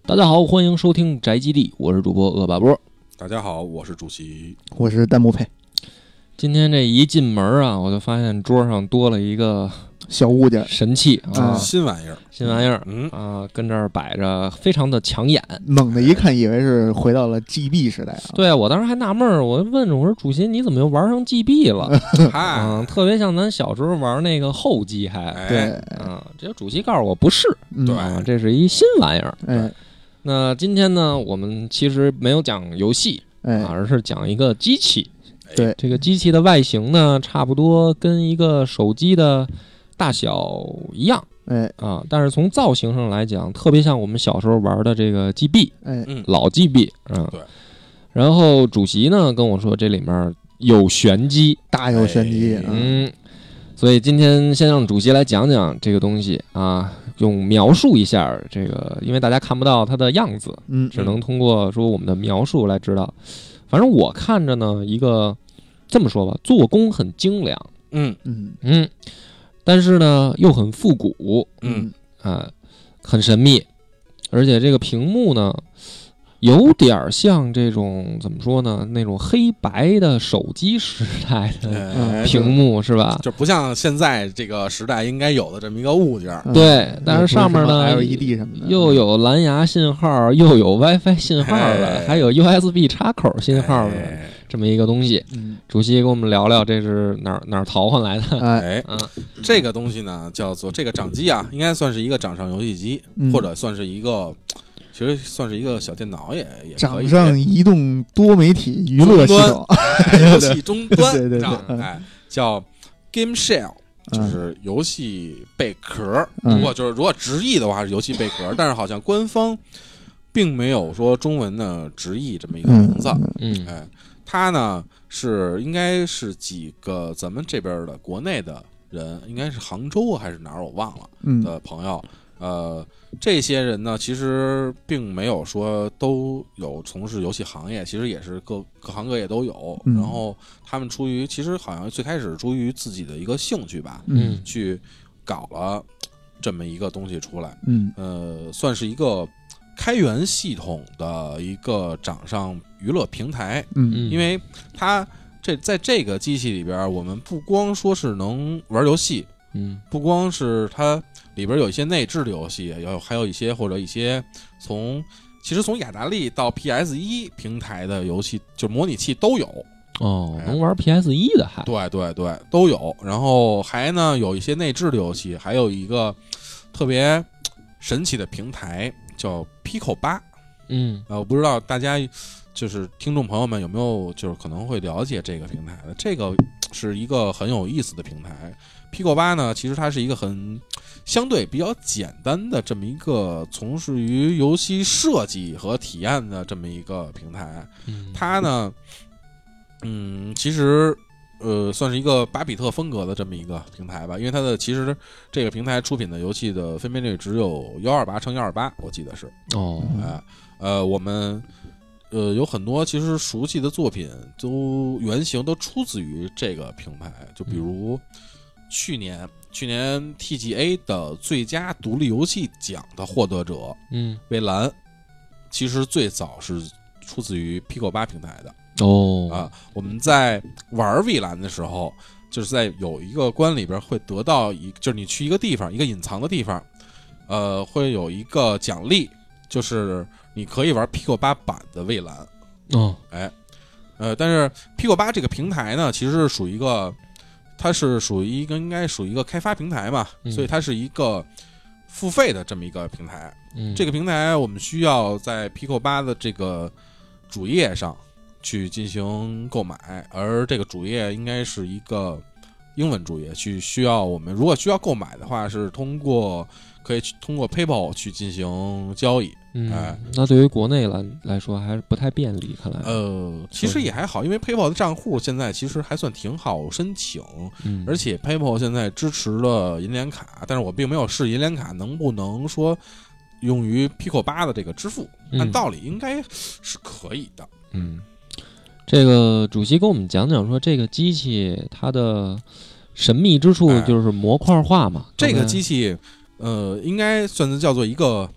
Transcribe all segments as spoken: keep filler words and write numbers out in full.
大家好，欢迎收听宅基地，我是主播恶霸波。 大家好，我是主席， 我是弹幕配。 今天这一进门啊，我就发现桌上多了一个小物件， 神器啊， 新玩意儿， 新玩意儿， 嗯啊，跟这儿摆着，非常的抢眼。 猛的一看，以为是回到了 G B 时代啊。 对，我当时还纳闷儿，我问我说：“主席，你怎么又玩上 G B 了？”啊、嗯，特别像咱小时候玩那个后机还，还对， 啊，这主席告诉我不是， 嗯、 对、 啊，这是一新玩意儿。 哎， 那今天呢，我们其实没有讲游戏， 哎， 而是讲一个机器。 对， 这个机器的外形呢，差不多跟一个手机的大小一样， 哎啊，但是从造型上来讲，特别像我们小时候玩的这个 G B， 哎， 老 G B， 嗯， 对。 然后主席呢跟我说，这里面有玄机， 大有玄机， 哎、嗯。所以今天先让主席来讲讲这个东西啊，用描述一下这个，因为大家看不到它的样子， 嗯， 只能通过说我们的描述来知道。反正我看着呢，一个这么说吧，做工很精良， 嗯嗯嗯，但是呢又很复古， 嗯啊，很神秘，而且这个屏幕呢，有点像这种怎么说呢，那种黑白的手机时代的屏幕、哎、是吧？ 就不像现在这个时代应该有的这么一个物件。 嗯、 对，但是上面呢 L E D 什么的， 又有蓝牙信号，又有 WiFi 信号的， 哎、 还有 U S B 插口信号的。 哎这么一个东西， 嗯， 主席跟我们聊聊这是哪儿哪儿淘换来的？ 哎， 嗯， 这个东西呢叫做这个掌机啊，应该算是一个掌上游戏机， 嗯、 或者算是一个，其实算是一个小电脑也也可以。 掌上移动多媒体娱乐系统， 游戏终端， 对对对， 哎，叫 Game Shell。就是游戏贝壳， 嗯、 如果就是如果直译的话是游戏贝壳，但是好像官方并没有说中文的直译这么一个名字。 嗯， 哎，它呢是应该是几个咱们这边的国内的人，应该是杭州还是哪儿我忘了的朋友。嗯、呃，这些人呢其实并没有说都有从事游戏行业，其实也是各各行各业都有。 嗯、 然后他们出于其实好像最开始出于自己的一个兴趣吧， 嗯， 去搞了这么一个东西出来。 嗯， 呃，算是一个开源系统的一个掌上娱乐平台。 嗯， 因为它这在这个机器里边，我们不光说是能玩游戏， 嗯， 不光是它里边有一些内置的游戏，有还有一些或者一些从其实从雅达利到 P S 一 平台的游戏，就模拟器都有。 哦，能玩 P S 一 的还对对对都有。然后还呢有一些内置的游戏，还有一个特别神奇的平台叫 Pico 八。 嗯， 呃，我不知道大家就是听众朋友们有没有就是可能会了解这个平台的。这个是一个很有意思的平台。Pico 八呢，其实它是一个很相对比较简单的这么一个从事于游戏设计和体验的这么一个平台。 嗯、 它呢，嗯，其实呃算是一个巴比特风格的这么一个平台吧，因为它的其实这个平台出品的游戏的分辨率只有一二八乘一二八，我记得是。 哦， 哎，呃，我们。呃，有很多其实熟悉的作品都原型都出自于这个平台，就比如去年、嗯、去年 T G A 的最佳独立游戏奖的获得者， 嗯， 蔚蓝，其实最早是出自于 Pico 八平台的。 哦， 啊，我们在玩蔚蓝的时候，就是在有一个关里边会得到一，就是你去一个地方，一个隐藏的地方，呃，会有一个奖励，就是你可以玩 Pico 八版的蔚蓝。 哦， 哎，呃，但是 Pico 八这个平台呢，其实是属于一个，它是属于一个应该属于一个开发平台嘛， 嗯、 所以它是一个付费的这么一个平台。 嗯， 这个平台我们需要在 Pico 八的这个主页上去进行购买，而这个主页应该是一个英文主页，去需要我们如果需要购买的话，是通过可以通过 PayPal 去进行交易。 嗯， 哎， 那对于国内来来说还是不太便利，看来。 呃，其实也还好，因为 PayPal 的账户现在其实还算挺好申请， 嗯， 而且 PayPal 现在支持了银联卡，但是我并没有试银联卡能不能说用于 Pico 八的这个支付， 嗯、 按道理应该是可以的。 嗯，这个主席跟我们讲讲说，这个机器它的神秘之处就是模块化嘛。 哎、这个机器，呃，应该算是叫做一个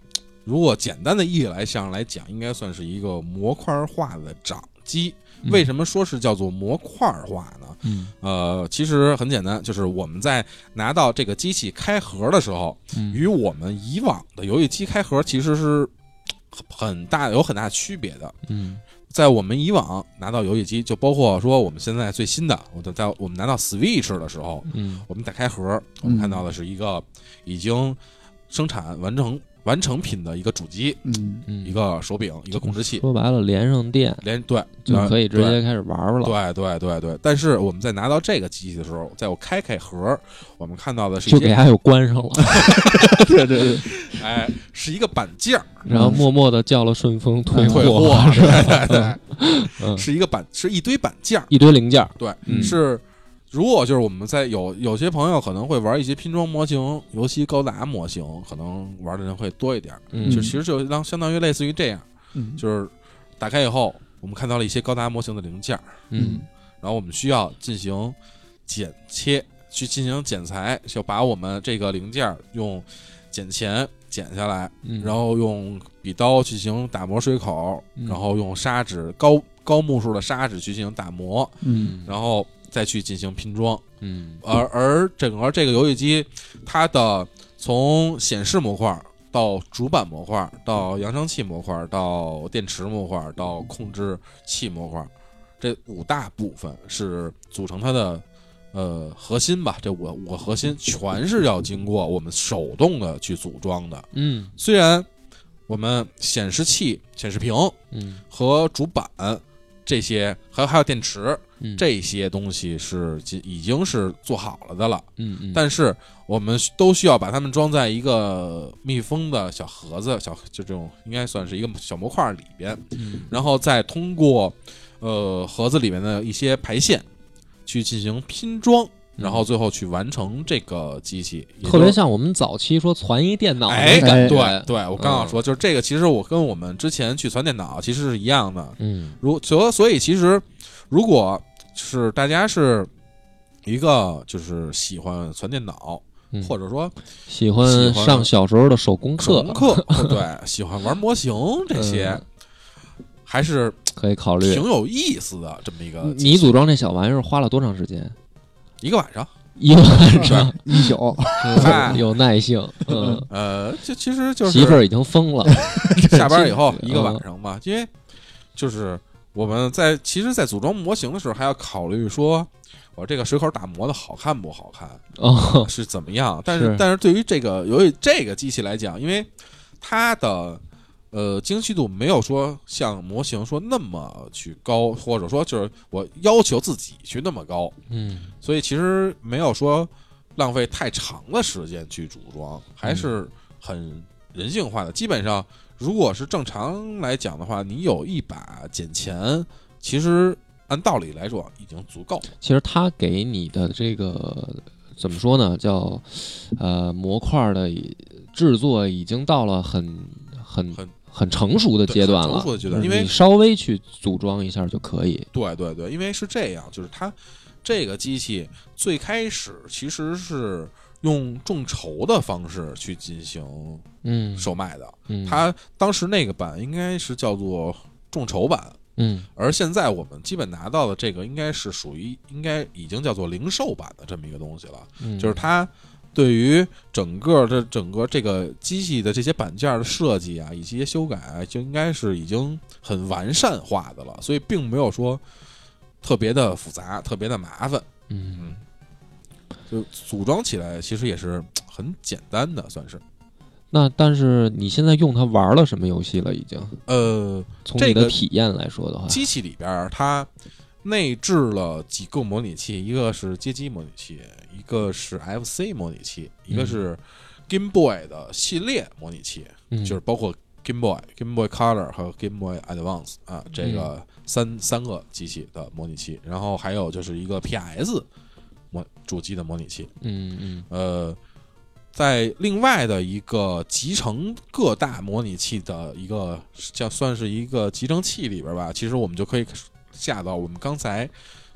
如果简单的意义来上来讲，应该算是一个模块化的掌机。为什么说是叫做模块化呢？ 嗯， 呃，其实很简单，就是我们在拿到这个机器开盒的时候， 嗯、 与我们以往的游戏机开盒其实是很大有很大区别的。 嗯， 在我们以往拿到游戏机，就包括说我们现在最新的，我在我们拿到 Switch 的时候， 嗯， 我们打开盒，我们看到的是一个已经生产完成。完成品的一个主机， 嗯， 一个手柄，一个控制器， 说白了连上电， 连对就可以直接开始玩了。 对对对对。但是我们在拿到这个机器的时候，在我开开盒，我们看到的是一些就给它又关上了。 对对对， 哎，是一个板件， 然后默默的叫了顺丰退退货， 是吧？对对嗯， 是一个板，是一堆板件， 一堆零件。 对， 嗯、 是。如果就是我们在有有些朋友可能会玩一些拼装模型、游戏高达模型，可能玩的人会多一点。 嗯， 就其实就当相当于类似于这样， 嗯， 就是打开以后，我们看到了一些高达模型的零件， 嗯， 然后我们需要进行剪切，去进行剪裁，就把我们这个零件用剪钳剪下来， 嗯、 然后用笔刀进行打磨水口， 嗯、 然后用砂纸高高目数的砂纸去进行打磨， 嗯， 然后再去进行拼装， 嗯， 而而整个这个游戏机，它的从显示模块到主板模块到扬声器模块到电池模块到控制器模块，这五大部分是组成它的呃核心吧。这五个五个核心全是要经过我们手动的去组装的。 嗯， 虽然我们显示器、显示屏， 嗯， 和主板这些，还有还有电池。 嗯、 这些东西是已经是做好了的了， 嗯嗯， 但是我们都需要把它们装在一个密封的小盒子，小就这种应该算是一个小模块里边， 嗯， 然后再通过呃盒子里面的一些排线去进行拼装，然后最后去完成这个机器， 特别像我们早期说传一电脑的哎， 感觉。 对对，我刚要说，嗯、就是这个，其实我跟我们之前去传电脑其实是一样的， 嗯， 如所所以其实如果是大家是一个就是喜欢传电脑， 嗯、 或者说喜欢上小时候的手工课， 手工课对，喜欢玩模型这些，嗯、还是可以考虑， 挺有意思的这么一个。 你组装这小玩意儿花了多长时间？ 一个晚上， 一个晚上， 一宿， 有耐性。嗯， 呃，这其实就是媳妇儿已经疯了， 下班以后一个晚上嘛，因为就是我们在其实，在组装模型的时候，还要考虑说，我这个水口打磨的好看不好看， 哦， 是怎么样？但是， 是但是对于这个由于这个机器来讲，因为它的呃精细度没有说像模型说那么去高，或者说就是我要求自己去那么高， 嗯， 所以其实没有说浪费太长的时间去组装，还是很人性化的。基本上，如果是正常来讲的话，你有一把剪钳，其实按道理来说已经足够了。 其实它给你的这个怎么说呢，叫呃模块的制作已经到了很很很很成熟的阶段了， 成熟的阶段，因为你稍微去组装一下就可以。 对对对，因为是这样，就是它这个机器最开始其实是用众筹的方式去进行嗯售卖的， 嗯， 它当时那个版应该是叫做众筹版， 嗯， 而现在我们基本拿到的这个应该是属于应该已经叫做零售版的这么一个东西了， 嗯， 就是它对于整个的整个这个机器的这些板件的设计啊，以及一些修改啊，就应该是已经很完善化的了，所以并没有说特别的复杂，特别的麻烦， 嗯嗯，就组装起来其实也是很简单的，算是。 那但是你现在用它玩了什么游戏了？已经呃， 从你的体验来说的话， 机器里边它内置了几个模拟器，一个是街机模拟器，一个是 F C 模拟器，一个是 Game Boy 的系列模拟器， 嗯、 就是包括 Game Boy、Game Boy Color 和 Game Boy Advance 啊，这个三、嗯、三个机器的模拟器，然后还有就是一个 P S 模主机的模拟器， 嗯嗯， 呃。在另外的一个集成各大模拟器的一个叫算是一个集成器里边吧，其实我们就可以下到我们刚才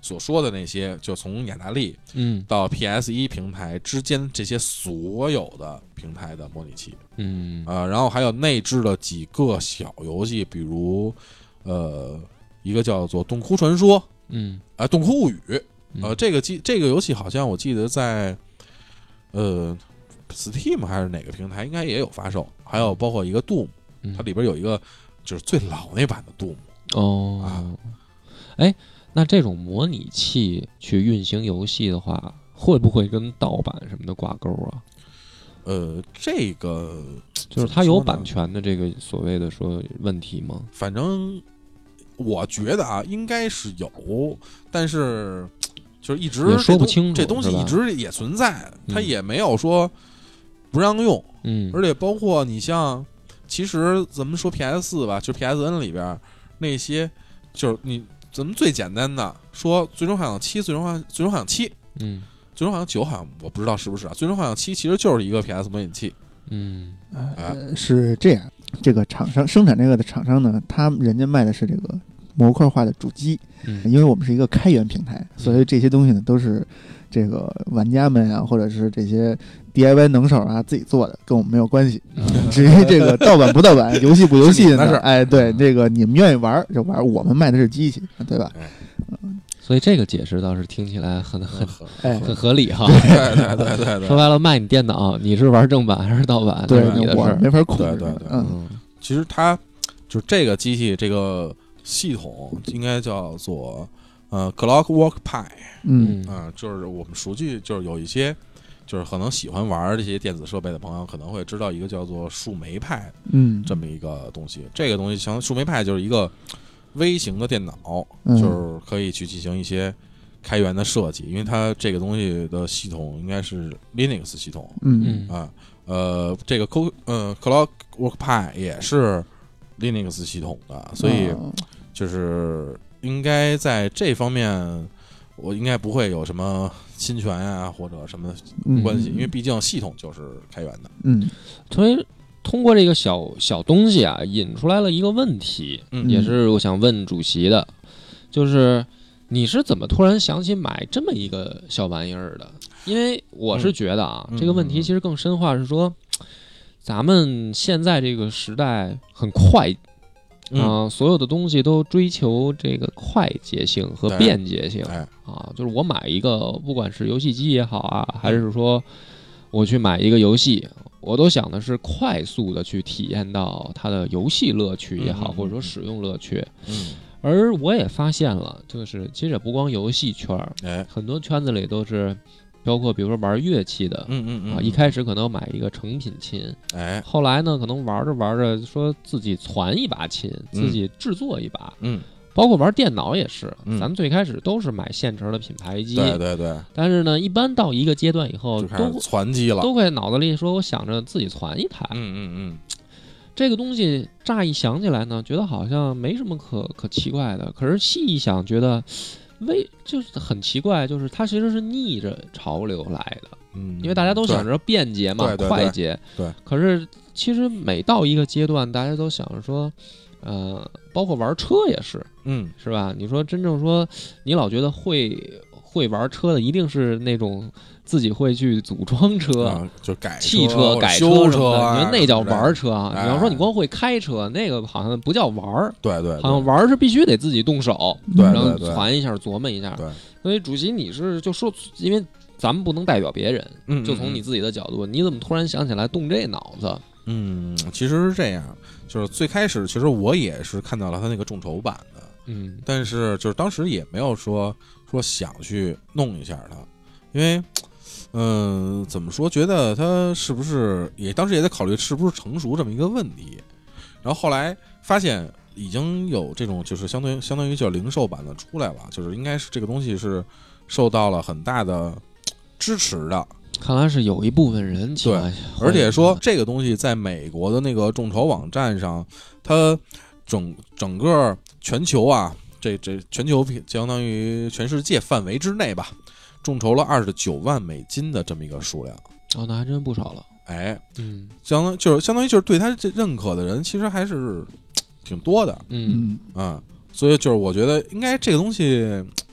所说的那些，就从雅达利嗯到 P S 一 平台之间这些所有的平台的模拟器， 嗯呃，然后还有内置的几个小游戏，比如呃一个叫做《洞窟传说》， 嗯啊、呃，《洞窟物语》，呃， 嗯这个机这个游戏好像我记得在呃 Steam 还是哪个平台应该也有发售，还有包括一个 Doom， 嗯它里边有一个就是最老那版的 Doom。 哦啊， 哎，那这种模拟器去运行游戏的话，会不会跟盗版什么的挂钩啊？ 呃，这个就是它有版权的这个所谓的说问题吗？ 反正我觉得啊，应该是有，但是就是一直也说不清楚这东西是吧一直也存在，它嗯也没有说不让用， 嗯， 而且包括你像，其实咱们说 P S 四吧，就 P S N 里边那些，就是你咱们最简单的说，最终幻想七、最终幻最终幻想七， 嗯最终幻想九好像我不知道是不是啊，最终幻想七其实就是一个 P S 模拟器， 嗯呃，是这样，这个厂商生产这个的厂商呢，他人家卖的是这个模块化的主机， 嗯因为我们是一个开源平台，所以这些东西呢都是这个玩家们啊，或者是这些 D I Y 能手啊自己做的，跟我们没有关系。 嗯至于这个盗版不盗版、游戏不游戏的是你们的事呢，哎，对，这个你们愿意玩就玩，我们卖的是机器，对吧？ 所以这个解释倒是听起来很很哎， 很合理哈。 对对对对对说白了，卖你电脑，你是玩正版还是盗版， 对那是你的我事儿。 没法控制。 对对对嗯， 嗯其实它就是这个机器这个系统应该叫做呃 Clockwork Pi 嗯啊、就是我们熟悉，就是有一些就是可能喜欢玩这些电子设备的朋友可能会知道一个叫做树莓派嗯， 这么一个东西。这个东西像树莓派就是一个微型的电脑， 嗯就是可以去进行一些开源的设计，因为它这个东西的系统应该是 Linux 系统嗯嗯啊，呃，这个 Co 呃 Clockwork Pi 也是 Linux 系统的，所以哦就是应该在这方面，我应该不会有什么侵权啊或者什么嗯关系，因为毕竟系统就是开源的。 嗯所以通过这个小小东西啊，引出来了一个问题， 嗯也是我想问主席的，就是你是怎么突然想起买这么一个小玩意儿的？因为我是觉得啊， 嗯这个问题其实更深化是说，咱们现在这个时代很快啊、 嗯， 所有的东西都追求这个快捷性和对便捷性哎， 啊，就是我买一个，不管是游戏机也好啊，还是说我去买一个游戏，我都想的是快速的去体验到它的游戏乐趣也好， 嗯嗯嗯或者说使用乐趣。 嗯， 而我也发现了，就是其实也不光游戏圈儿， 哎， 很多圈子里都是，包括比如说玩乐器的。 嗯嗯嗯， 啊，一开始可能买一个成品琴， 哎， 后来呢，可能玩着玩着说自己攒一把琴， 嗯自己制作一把， 嗯， 包括玩电脑也是， 嗯咱们最开始都是买现成的品牌机， 对对对， 但是呢，一般到一个阶段以后， 就开始都攒机了。 都会脑子里说，我想着自己攒一台。 嗯嗯这个东西乍一想起来呢，觉得好像没什么可可奇怪的，可是细一想，觉得为就是很奇怪，就是它其实是逆着潮流来的， 嗯， 因为大家都想着便捷嘛， 对对对快捷。 对。 可是其实每到一个阶段，大家都想着说，呃，包括玩车也是， 嗯， 是吧？你说真正说，你老觉得会会玩车的，一定是那种自己会去组装车。 啊，就改汽车、 改修什么的， 啊， 你说那叫玩车啊？ 哎你要说你光会开车，那个好像不叫玩儿， 对对， 好像玩儿是必须得自己动手， 对然后对对传一下、琢磨一下。 对， 所以主席你是就说，因为咱们不能代表别人， 嗯， 就从你自己的角度，你怎么突然想起来动这脑子？ 嗯，其实是这样，就是最开始其实我也是看到了他那个众筹版的， 嗯但是就是当时也没有说说想去弄一下它，因为嗯、呃怎么说，觉得它是不是也当时也在考虑是不是成熟这么一个问题，然后后来发现已经有这种就是相当于相当于叫零售版的出来了，就是应该是这个东西是受到了很大的支持的。 看来是有一部分人喜欢， 而且说这个东西在美国的那个众筹网站上，它整整个全球啊，这这全球相当于全世界范围之内吧，众筹了二十九万美金的这么一个数量。 哦，那还真不少了。 哎， 嗯相当就是相当于就是对他这认可的人，其实还是挺多的嗯嗯啊、嗯。所以就是我觉得应该这个东西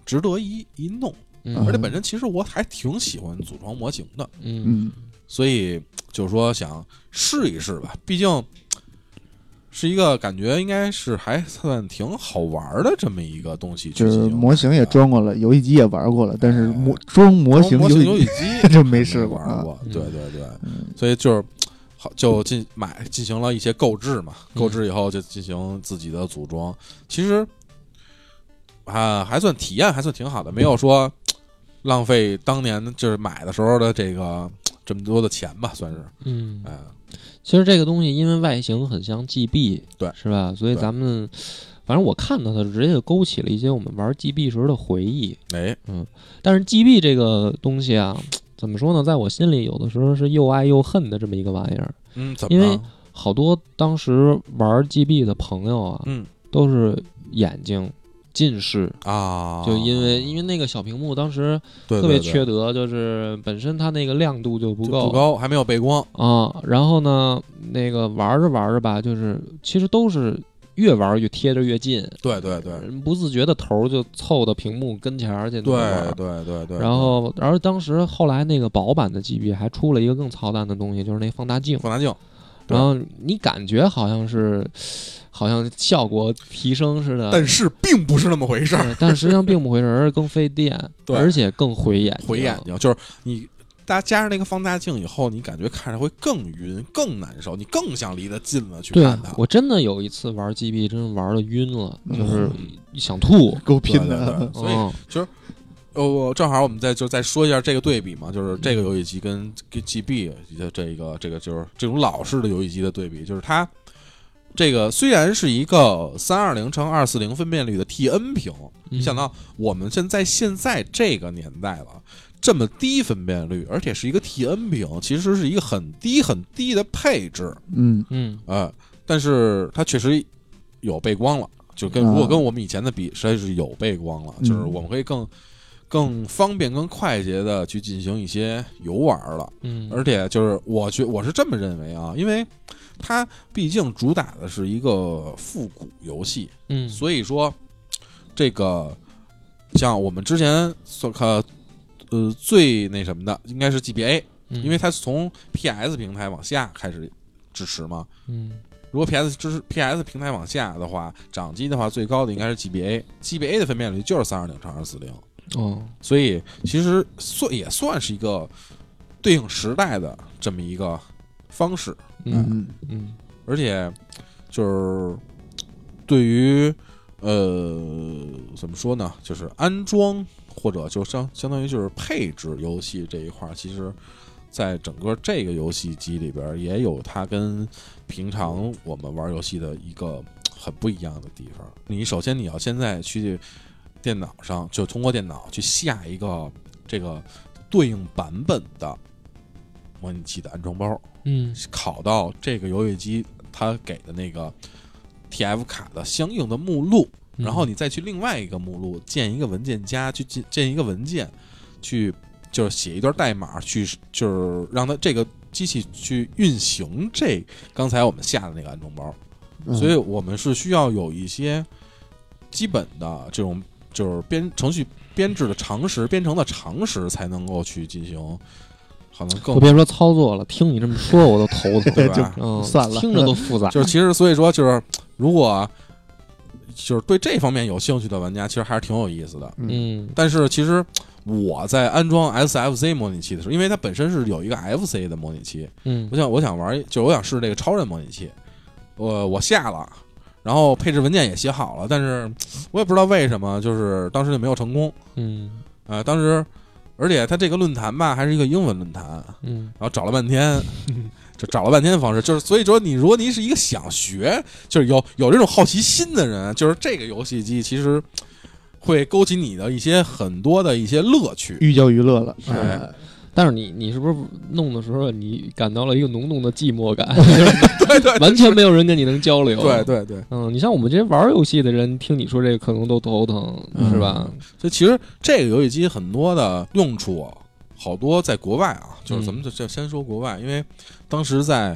值得一一弄。 嗯， 而且本身其实我还挺喜欢组装模型的， 嗯嗯， 所以就是说想试一试吧，毕竟是一个感觉应该是还算挺好玩的这么一个东西去就进行。 是模型也装过了，游戏机也玩过了，但是模装模型模型游戏机就没试过玩过。 啊。 对对对， 嗯所以就是好就进买进行了一些购置嘛，购置以后就进行自己的组装。其实啊还算体验还算挺好的，没有说浪费当年就是买的时候的这个这么多的钱吧，算是。 嗯， 哎， 其实这个东西因为外形很像 G B， 对， 是吧？所以咱们反正我看到它直接就勾起了一些我们玩 G B 时候的回忆。 哎， 嗯，但是 G B 这个东西啊，怎么说呢，在我心里有的时候是又爱又恨的这么一个玩意儿。 嗯，怎么因为好多当时玩 G B 的朋友啊， 嗯都是眼睛近视啊， 就因为因为那个小屏幕当时对特别缺德，就是本身它那个亮度就不够， 不高，还没有背光啊。然后呢，那个玩着玩着吧，就是其实都是越玩越贴着越近， 对对对， 不自觉的头就凑到屏幕跟前儿去。 对对对对。 然后，而当时后来那个薄版的 G B 还出了一个更操蛋的东西，就是那放大镜。 放大镜， 然后你感觉好像是，好像效果提升似的， 但是并不是那么回事儿。 但实际上并不回事儿，而是更费电， 对， 而且更毁眼睛。 毁眼睛，就是你。大家加上那个放大镜以后，你感觉看着会更晕、更难受，你更想离得近了去看它。 我真的有一次玩 G B， 真玩的晕了，就是想吐， 够拼的。 对对对，所以就是，呃，正好我们再就再说一下这个对比嘛，就是这个游戏机跟跟 G B 的这个这个就是这种老式的游戏机的对比，就是它这个虽然是一个三二零乘二四零分辨率的 T N 屏，你想到我们现在现在这个年代了。这么低分辨率，而且是一个 T N 屏，其实是一个很低很低的配置。 嗯嗯， 呃，但是它确实有背光了，就跟如果跟我们以前的比，实在是有背光了，就是我们可以更更方便、更快捷的去进行一些游玩了。 嗯， 而且就是我觉我是这么认为啊，因为它毕竟主打的是一个复古游戏， 嗯， 所以说这个像我们之前所看。呃，最那什么的应该是 G B A，、嗯、因为它从 P S 平台往下开始支持嘛。 嗯， 如果 P S 支持 P S 平台往下的话，掌机的话最高的应该是 G B A，G B A 的分辨率就是三二零乘二四零。 哦， 所以其实算也算是一个对应时代的这么一个方式。 嗯嗯， 而且就是对于呃怎么说呢，就是安装。或者就相相当于就是配置游戏这一块，其实在整个这个游戏机里边也有它跟平常我们玩游戏的一个很不一样的地方。你首先你要现在去电脑上，就通过电脑去下一个这个对应版本的模拟器的安装包， 嗯， 拷到这个游戏机它给的那个 T F 卡的相应的目录。然后你再去另外一个目录建一个文件夹，去建建一个文件，去就是写一段代码，去就是让它这个机器去运行这刚才我们下的那个安装包。 嗯、 所以我们是需要有一些基本的这种就是编程序编制的常识、编程的常识，才能够去进行。可能更我别说操作了，听你这么说我都头疼， 对吧？ 嗯， 算了， 听着都复杂。 就是其实所以说就是如果。就是对这方面有兴趣的玩家，其实还是挺有意思的。 嗯， 但是其实我在安装 S F C 模拟器的时候，因为它本身是有一个 F C 的模拟器， 嗯， 我想我想玩，就我想试这个超人模拟器，我我下了，然后配置文件也写好了，但是我也不知道为什么，就是当时就没有成功。 嗯， 呃，当时而且它这个论坛吧，还是一个英文论坛， 嗯， 然后找了半天。就找了半天的方式，就是所以说，你如果你是一个想学，就是有有这种好奇心的人，就是这个游戏机其实会勾起你的一些很多的一些乐趣， 寓教于乐了。 哎， 但是你你是不是弄的时候，你感到了一个浓浓的寂寞感？ 对对， 完全没有人跟你能交流。 对对对， 嗯，你像我们这些玩游戏的人，听你说这个可能都头疼， 嗯、 是吧？ 所以其实这个游戏机很多的用处。好多在国外啊，就是咱们就就先说国外，因为当时在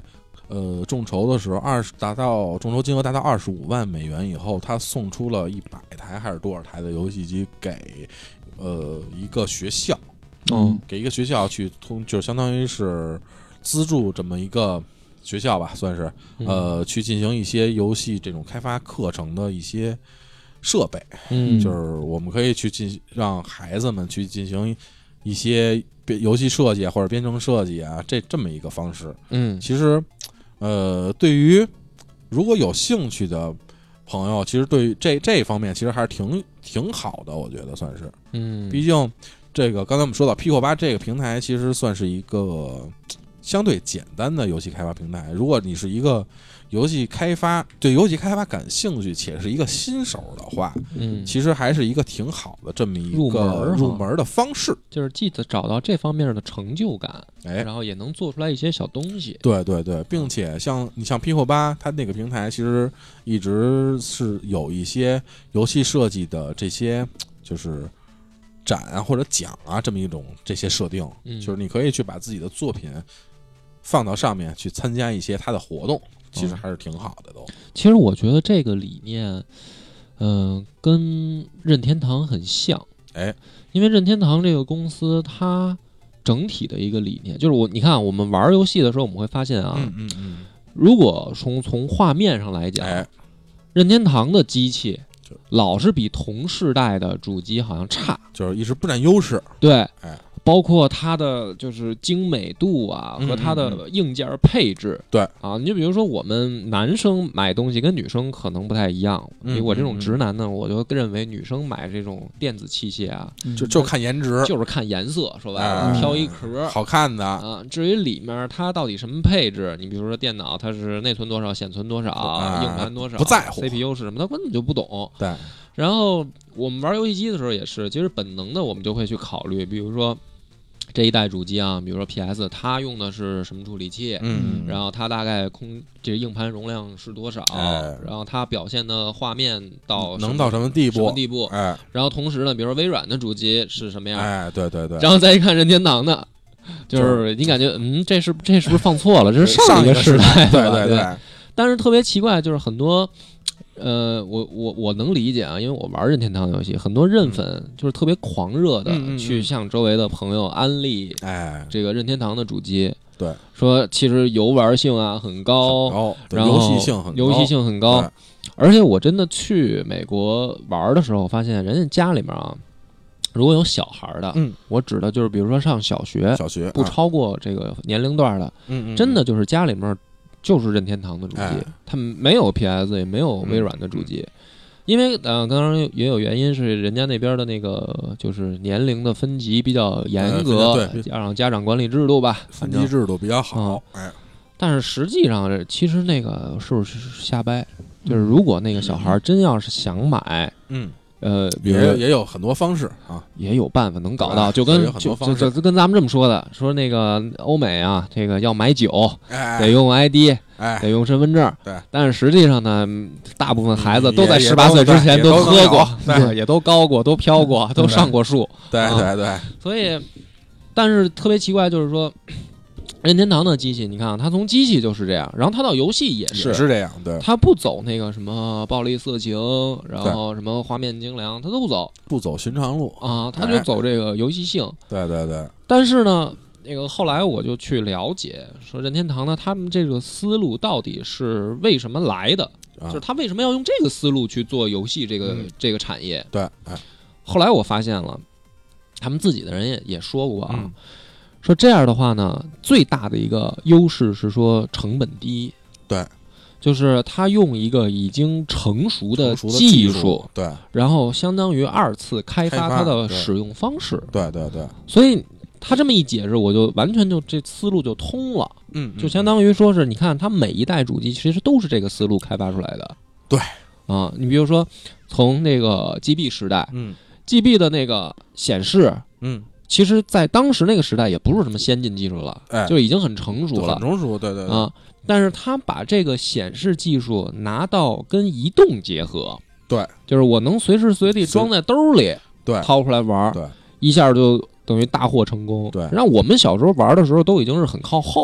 呃众筹的时候，二十达到众筹金额达到二十五万美元以后，他送出了一百台还是多少台的游戏机给呃一个学校， 嗯， 给一个学校去通，就是相当于是资助这么一个学校吧，算是呃去进行一些游戏这种开发课程的一些设备， 嗯， 就是我们可以去进让孩子们去进行一些游戏设计啊或者编程设计啊，这这么一个方式。 嗯， 其实呃对于如果有兴趣的朋友，其实对于这这方面其实还是挺挺好的，我觉得算是。 嗯， 毕竟这个刚才我们说到 Pico 八这个平台其实算是一个相对简单的游戏开发平台。如果你是一个游戏开发对游戏开发感兴趣且是一个新手的话， 嗯， 其实还是一个挺好的这么一入个门入门的方式， 就是既找到这方面的成就感， 哎， 然后也能做出来一些小东西。 对对对，并且像你像 Pico 八，它那个平台其实一直是有一些游戏设计的这些就是展啊或者奖啊这么一种这些设定， 嗯， 就是你可以去把自己的作品放到上面去参加一些它的活动，其实还是挺好的都。 其实我觉得这个理念，嗯、呃，跟任天堂很像， 哎， 因为任天堂这个公司它整体的一个理念就是我，你看我们玩游戏的时候，我们会发现啊， 嗯嗯嗯， 如果从从画面上来讲， 哎， 任天堂的机器老是比同世代的主机好像差， 就是一直不占优势。 对， 哎， 包括它的就是精美度啊和它的硬件配置， 对啊，你就比如说我们男生买东西跟女生可能不太一样，因为我这种直男呢，我就认为女生买这种电子器械啊， 就就看颜值， 就是看颜色，说白了， 哎挑一壳好看的啊。至于里面它到底什么配置，你比如说电脑它是内存多少、显存多少、 哎硬盘多少， 不在乎 C P U 是什么，他根本就不懂。 对。 然后我们玩游戏机的时候也是，其实本能的我们就会去考虑，比如说这一代主机啊，比如说 P S， 它用的是什么处理器， 嗯， 然后它大概空这硬盘容量是多少， 哎， 然后它表现的画面到能到什么地步？ 什么地步？ 哎， 然后同时呢，比如说微软的主机是什么样？ 哎，对对对， 然后再一看任天堂的，就是你感觉嗯，这是这是不是放错了？这是上一个时代， 对对对对。 但是特别奇怪，就是很多。呃，我我我能理解啊，因为我玩任天堂游戏，很多任粉就是特别狂热的去向周围的朋友安利， 哎， 这个任天堂的主机， 对， 说其实游玩性啊很高， 高然后游戏性很高游戏性很高，而且我真的去美国玩的时候，发现人家家里面啊，如果有小孩的， 嗯， 我指的就是比如说上小学， 小学不超过这个年龄段的， 嗯， 真的就是家里面。就是任天堂的主机， 哎、 他们没有 P S， 也没有微软的主机，嗯、因为呃，刚刚也有原因是人家那边的那个就是年龄的分级比较严格， 呃、 加上家长管理制度吧， 分级制度比较好。 嗯、哎，但是实际上，其实那个是不是瞎掰？就是如果那个小孩真要是想买， 嗯。 呃，比如也也有很多方式啊， 也有办法能搞到，就跟就就就跟咱们这么说的，说那个欧美啊，这个要买酒， 哎、 得用 I D， 哎、 得用身份证， 对。 但是实际上呢，大部分孩子都在十八岁之前都喝过，对，也都高过，都飘过，都上过树， 对对对。 所以，但是特别奇怪，就是说。任天堂的机器，你看啊，它从机器就是这样，然后它到游戏也是也是这样，对， 它不走那个什么暴力色情，然后什么画面精良，它都不走， 不走寻常路啊，它就走这个游戏性。 对对对。 但是呢，那个后来我就去了解，说任天堂呢，他们这个思路到底是为什么来的？ 啊、 就是他为什么要用这个思路去做游戏这个、 嗯、 这个产业？ 对，哎， 后来我发现了，他们自己的人也也说过啊。 嗯， 说这样的话呢，最大的一个优势是说成本低， 对， 就是他用一个已经成熟的技术， 对， 然后相当于二次开发它的使用方式， 对对对， 所以他这么一解释，我就完全就这思路就通了， 嗯， 就相当于说是，你看它每一代主机其实都是这个思路开发出来的， 对， 啊，你比如说从那个 G B 时代， 嗯 ，G B 的那个显示， 嗯。 其实，在当时那个时代，也不是什么先进技术了， 哎， 就已经很成熟了， 很成熟，对对对啊。但是他把这个显示技术拿到跟移动结合， 对， 就是我能随时随地装在兜里， 对， 掏出来玩， 对， 一下就等于大获成功。 对， 让我们小时候玩的时候都已经是很靠后了，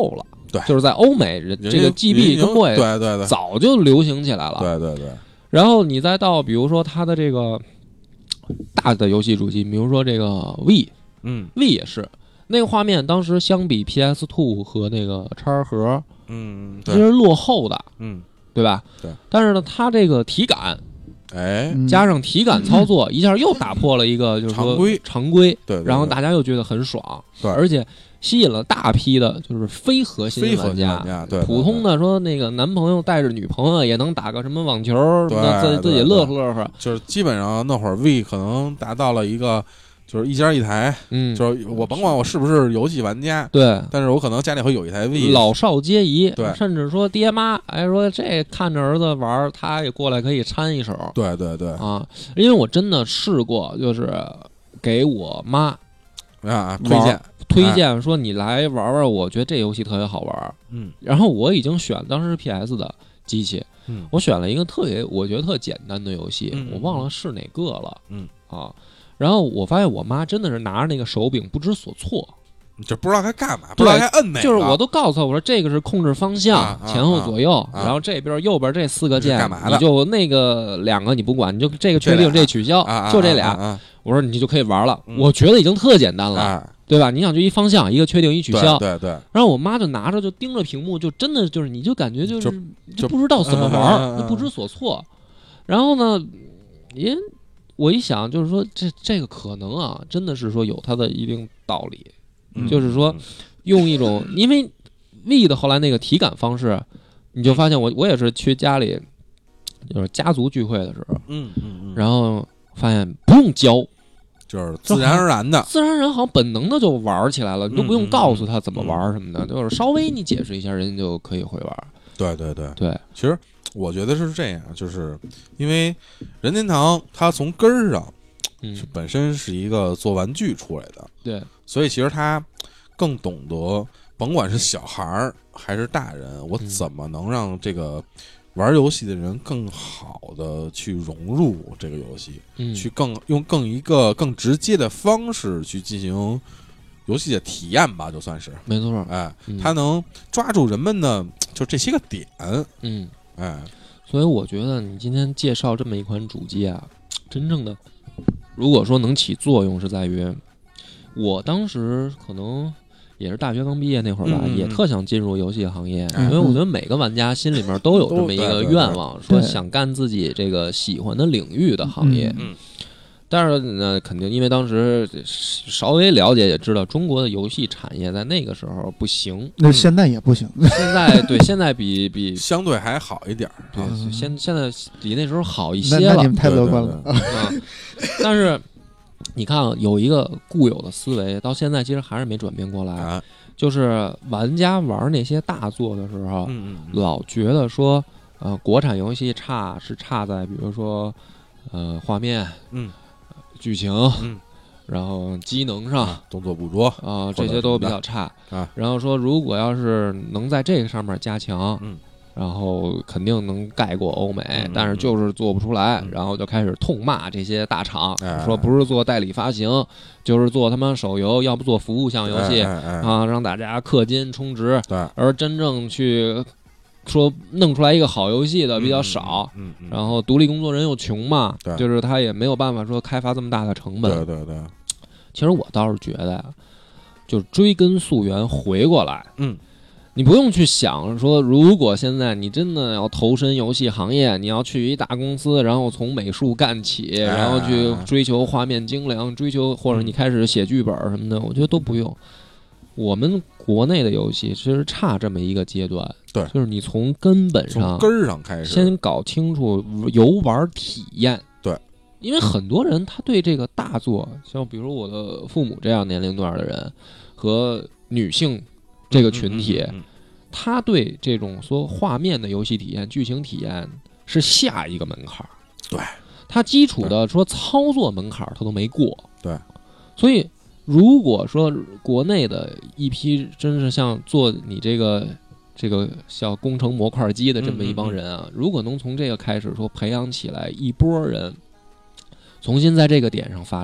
对， 就是在欧美人这个 G B 跟 boy 对对对早就流行起来了， 对对对。 然后你再到比如说它的这个大的游戏主机，比如说这个 V， 嗯 ，V 也是那个画面，当时相比 P S 二 和那个叉盒， 嗯， 其实落后的， 嗯， 对吧？ 对。 但是呢，它这个体感， 哎， 加上体感操作，一下又打破了一个就是说常规常规， 对对对， 然后大家又觉得很爽， 对， 而且吸引了大批的就是非核心非核玩家， 心玩家对， 普通的说那个男朋友带着女朋友也能打个什么网球， 对， 自自己乐呵乐呵， 就是基本上那会儿 V 可能达到了一个。就是一家一台， 嗯， 就是我甭管我是不是游戏玩家， 对， 但是我可能家里会有一台 V， 老少皆宜， 对， 甚至说爹妈，哎，说这看着儿子玩，他也过来可以掺一手， 对对对啊，因为我真的试过，就是给我妈啊推荐推荐说你来玩玩，我觉得这游戏特别好玩， 嗯， 然后我已经选当时是 P S 的机器， 嗯， 我选了一个特别我觉得特简单的游戏， 嗯、 我忘了是哪个了， 嗯啊。然后我发现我妈真的是拿着那个手柄不知所措， 就不知道该干嘛，不知道该摁哪个。 就是我都告诉她我说这个是控制方向， 啊、 前后左右， 啊、 然后这边右边这四个键干嘛的？ 你就那个两个你不管，你就这个确定这取消， 啊、 就这俩、 啊啊。 我说你就可以玩了、 嗯， 我觉得已经特简单了， 啊、 对吧？你想就一方向，一个确定，一取消， 对 对, 对。 然后我妈就拿着就盯着屏幕，就真的就是你就感觉就是就就不知道怎么玩， 啊、 就不知所措。然后呢，因我一想，就是说这这个可能啊，真的是说有它的一定道理， 嗯、 就是说用一种，因为 V 的后来那个体感方式，你就发现我我也是去家里就是家族聚会的时候， 嗯嗯嗯， 然后发现不用教， 就是自然而然的， 自然而然好像本能的就玩起来了，你都不用告诉他怎么玩什么的， 嗯、 就是稍微你解释一下，人家就可以会玩。 对对对对， 其实。我觉得是这样，就是因为任天堂它从根儿上， 嗯， 本身是一个做玩具出来的， 对， 所以其实它更懂得，甭管是小孩儿还是大人，我怎么能让这个玩游戏的人更好的去融入这个游戏， 嗯， 去更用更一个更直接的方式去进行游戏的体验吧，就算是没错， 哎， 嗯、 它能抓住人们的就这些个点， 嗯。 哎， 所以我觉得你今天介绍这么一款主机啊，真正的如果说能起作用，是在于我当时可能也是大学刚毕业那会儿吧， 嗯、 也特想进入游戏行业， 嗯、 因为我觉得每个玩家心里面都有这么一个愿望，说想干自己这个喜欢的领域的行业。 嗯。 但是呢，肯定因为当时稍微了解也知道，中国的游戏产业在那个时候不行。 那现在也不行。 现在对，现在比比相对还好一点， 对，现现在比那时候好一些了。 那, 那你们太乐观了啊！但是你看，有一个固有的思维，到现在其实还是没转变过来。 啊、 就是玩家玩那些大作的时候， 嗯嗯嗯老觉得说，呃，国产游戏差是差在，比如说，呃，画面， 嗯。 剧情， 嗯， 然后机能上、 啊、动作捕捉啊、呃、这些都比较差啊。 然后说，如果要是能在这个上面加强， 嗯， 然后肯定能盖过欧美， 嗯、 但是就是做不出来、 嗯， 然后就开始痛骂这些大厂， 哎、 说不是做代理发行，就是做他妈手游，要不做服务项游戏、 哎哎哎、 啊，让大家氪金充值， 对， 而真正去。说弄出来一个好游戏的比较少， 嗯嗯嗯、 然后独立工作人又穷嘛， 对， 就是他也没有办法说开发这么大的成本。 对对对， 其实我倒是觉得呀，就追根溯源回过来， 嗯， 你不用去想说，如果现在你真的要投身游戏行业，你要去一大公司，然后从美术干起， 哎、 然后去追求画面精良，追求或者你开始写剧本什么的，我觉得都不用。我们国内的游戏其实差这么一个阶段， 对， 就是你从根本上、 从根儿上开始， 先搞清楚游玩体验。 对， 因为很多人他对这个大作，像比如我的父母这样年龄段的人和女性这个群体， 嗯嗯嗯嗯、 他对这种说画面的游戏体验、剧情体验是下一个门槛。 对， 他基础的说操作门槛他都没过。 对， 所以。如果说国内的一批真是像做你这个这个叫工程模块机的这么一帮人啊， 嗯嗯嗯如果能从这个开始说培养起来一波人，重新在这个点上发力，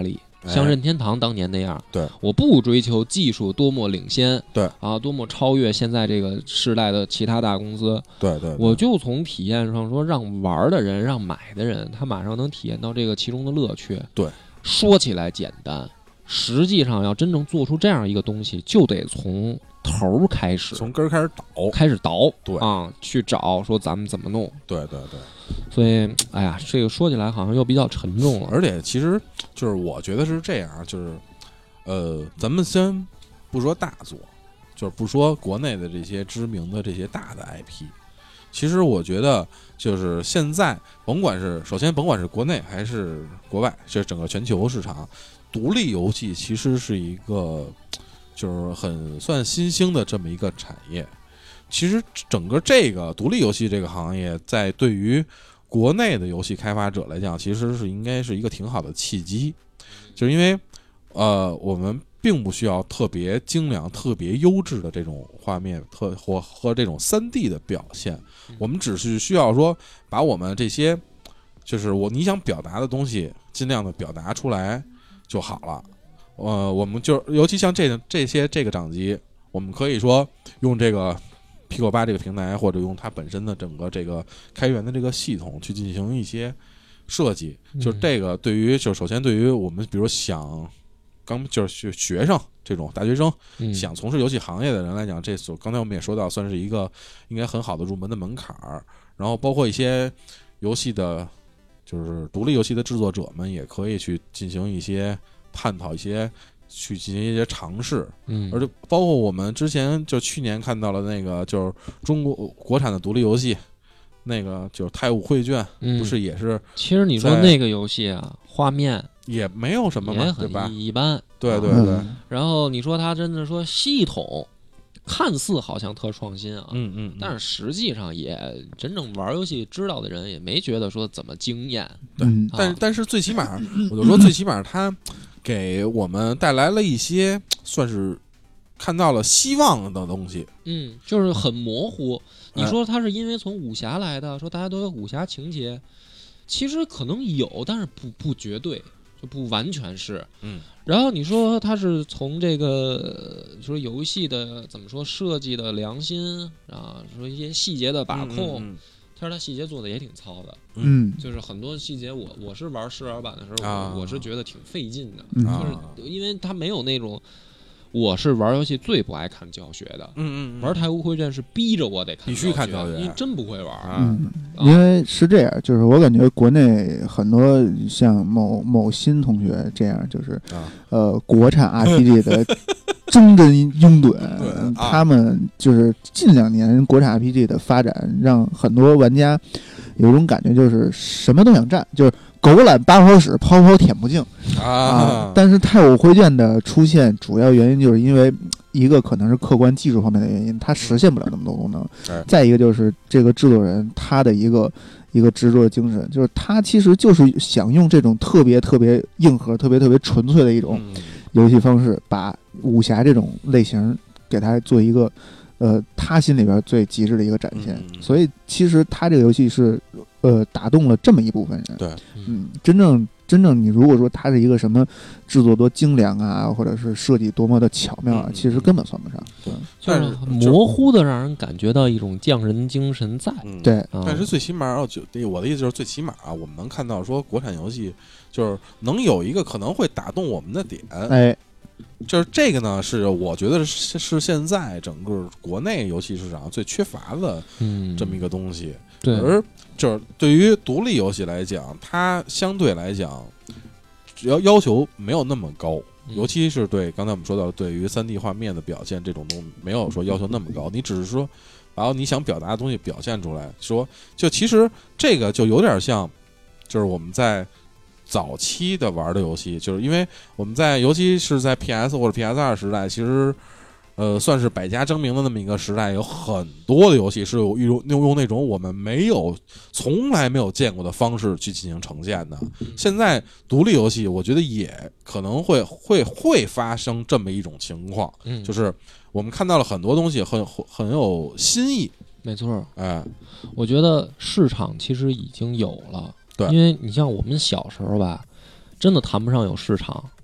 像任天堂当年那样。 对， 我不追求技术多么领先， 对啊，多么超越现在这个时代的其他大公司。 对 对, 对， 我就从体验上说，让玩的人，让买的人，他马上能体验到这个其中的乐趣。 对， 说起来简单，实际上要真正做出这样一个东西，就得从头开始， 从根儿开始倒， 开始倒， 对啊，去找说咱们怎么弄。 对对对。 所以，哎呀，这个说起来好像又比较沉重了。 而且其实就是我觉得是这样，就是呃，咱们先不说大作，就是不说国内的这些知名的这些大的 I P。其实我觉得，就是现在甭管是首先甭管是国内还是国外，这整个全球市场，独立游戏其实是一个就是很算新兴的这么一个产业。其实整个这个独立游戏这个行业，在对于国内的游戏开发者来讲，其实是应该是一个挺好的契机，就是因为呃，我们并不需要特别精良、特别优质的这种画面特或和这种 三 D 的表现，我们只是需要说把我们这些就是我你想表达的东西尽量的表达出来就好了。呃，我们就尤其像这这些这个掌机，我们可以说用这个Pico 八这个平台，或者用它本身的整个这个开源的这个系统去进行一些设计，就是这个对于就首先对于我们比如想刚就是学生这种大学生、嗯、想从事游戏行业的人来讲，这所刚才我们也说到，算是一个应该很好的入门的门槛儿。然后包括一些游戏的，就是独立游戏的制作者们，也可以去进行一些探讨一些。去进行一些尝试， 嗯， 而且包括我们之前就去年看到了那个就是中国国产的独立游戏，那个就是《太武绘卷》， 嗯， 不是也是？ 其实你说那个游戏啊，画面也没有什么嘛，对吧？ 一般， 对对对。 然后你说它真的说系统，看似好像特创新啊， 嗯 嗯, 嗯， 但是实际上也真正玩游戏知道的人也没觉得说怎么惊艳。 对，嗯、但是但是最起码，我就说最起码它。给我们带来了一些算是看到了希望的东西， 嗯，就是很模糊。你说它是因为从武侠来的，说大家都有武侠情节，其实可能有，但是不不绝对，就不完全是。 嗯， 然后你说它是从这个说游戏的怎么说设计的良心啊，说一些细节的把控。嗯嗯嗯，但是它细节做的也挺糙的， 嗯， 就是很多细节我我是玩试玩版的时候， 啊、 我, 我是觉得挺费劲的， 嗯、 就是因为它没有那种，我是玩游戏最不爱看教学的， 嗯 嗯, 嗯， 玩太无绘卷是逼着我得看， 必须看教学， 你真不会玩啊、 嗯，因为是这样，就是我感觉国内很多像某某新同学这样，就是、 啊、 呃国产 R P G 的。忠贞拥趸，他们就是近两年国产 R P G 的发展，让很多玩家有一种感觉，就是什么都想占，就是狗揽八泡屎，泡泡舔不净啊、 啊。但是太武绘卷的出现，主要原因就是因为一个可能是客观技术方面的原因，它实现不了那么多功能； 嗯、 再一个就是这个制作人他的一个一个执着的精神，就是他其实就是想用这种特别特别硬核、特别特别纯粹的一种。 嗯游戏方式把武侠这种类型给它做一个，呃，他心里边最极致的一个展现。 嗯、 所以其实他这个游戏是，呃，打动了这么一部分人。 对， 嗯，真正真正你如果说它是一个什么制作多精良啊，或者是设计多么的巧妙啊， 嗯、 其实根本算不上。 对， 就是模糊的让人感觉到一种匠人精神在。 嗯、 对、 嗯，但是最起码我就我的意思就是最起码啊，我们能看到说国产游戏。就是能有一个可能会打动我们的点， 哎， 就是这个呢，是我觉得是是现在整个国内游戏市场最缺乏的这么一个东西。 嗯、对， 而就是对于独立游戏来讲，它相对来讲，只要要求没有那么高， 嗯、 尤其是对刚才我们说到对于 三 D 画面的表现这种东西，没有说要求那么高，你只是说，然后你想表达的东西表现出来，说就其实这个就有点像，就是我们在。早期的玩的游戏，就是因为我们在，尤其是在 P S 或者 P S 二 时代，其实，呃，算是百家争鸣的那么一个时代，有很多的游戏是有用用那种我们没有、从来没有见过的方式去进行呈现的。现在独立游戏，我觉得也可能会会会发生这么一种情况， 嗯， 就是我们看到了很多东西很很有新意。 没错， 哎， 我觉得市场其实已经有了。 对， 因为你像我们小时候吧，真的谈不上有市场，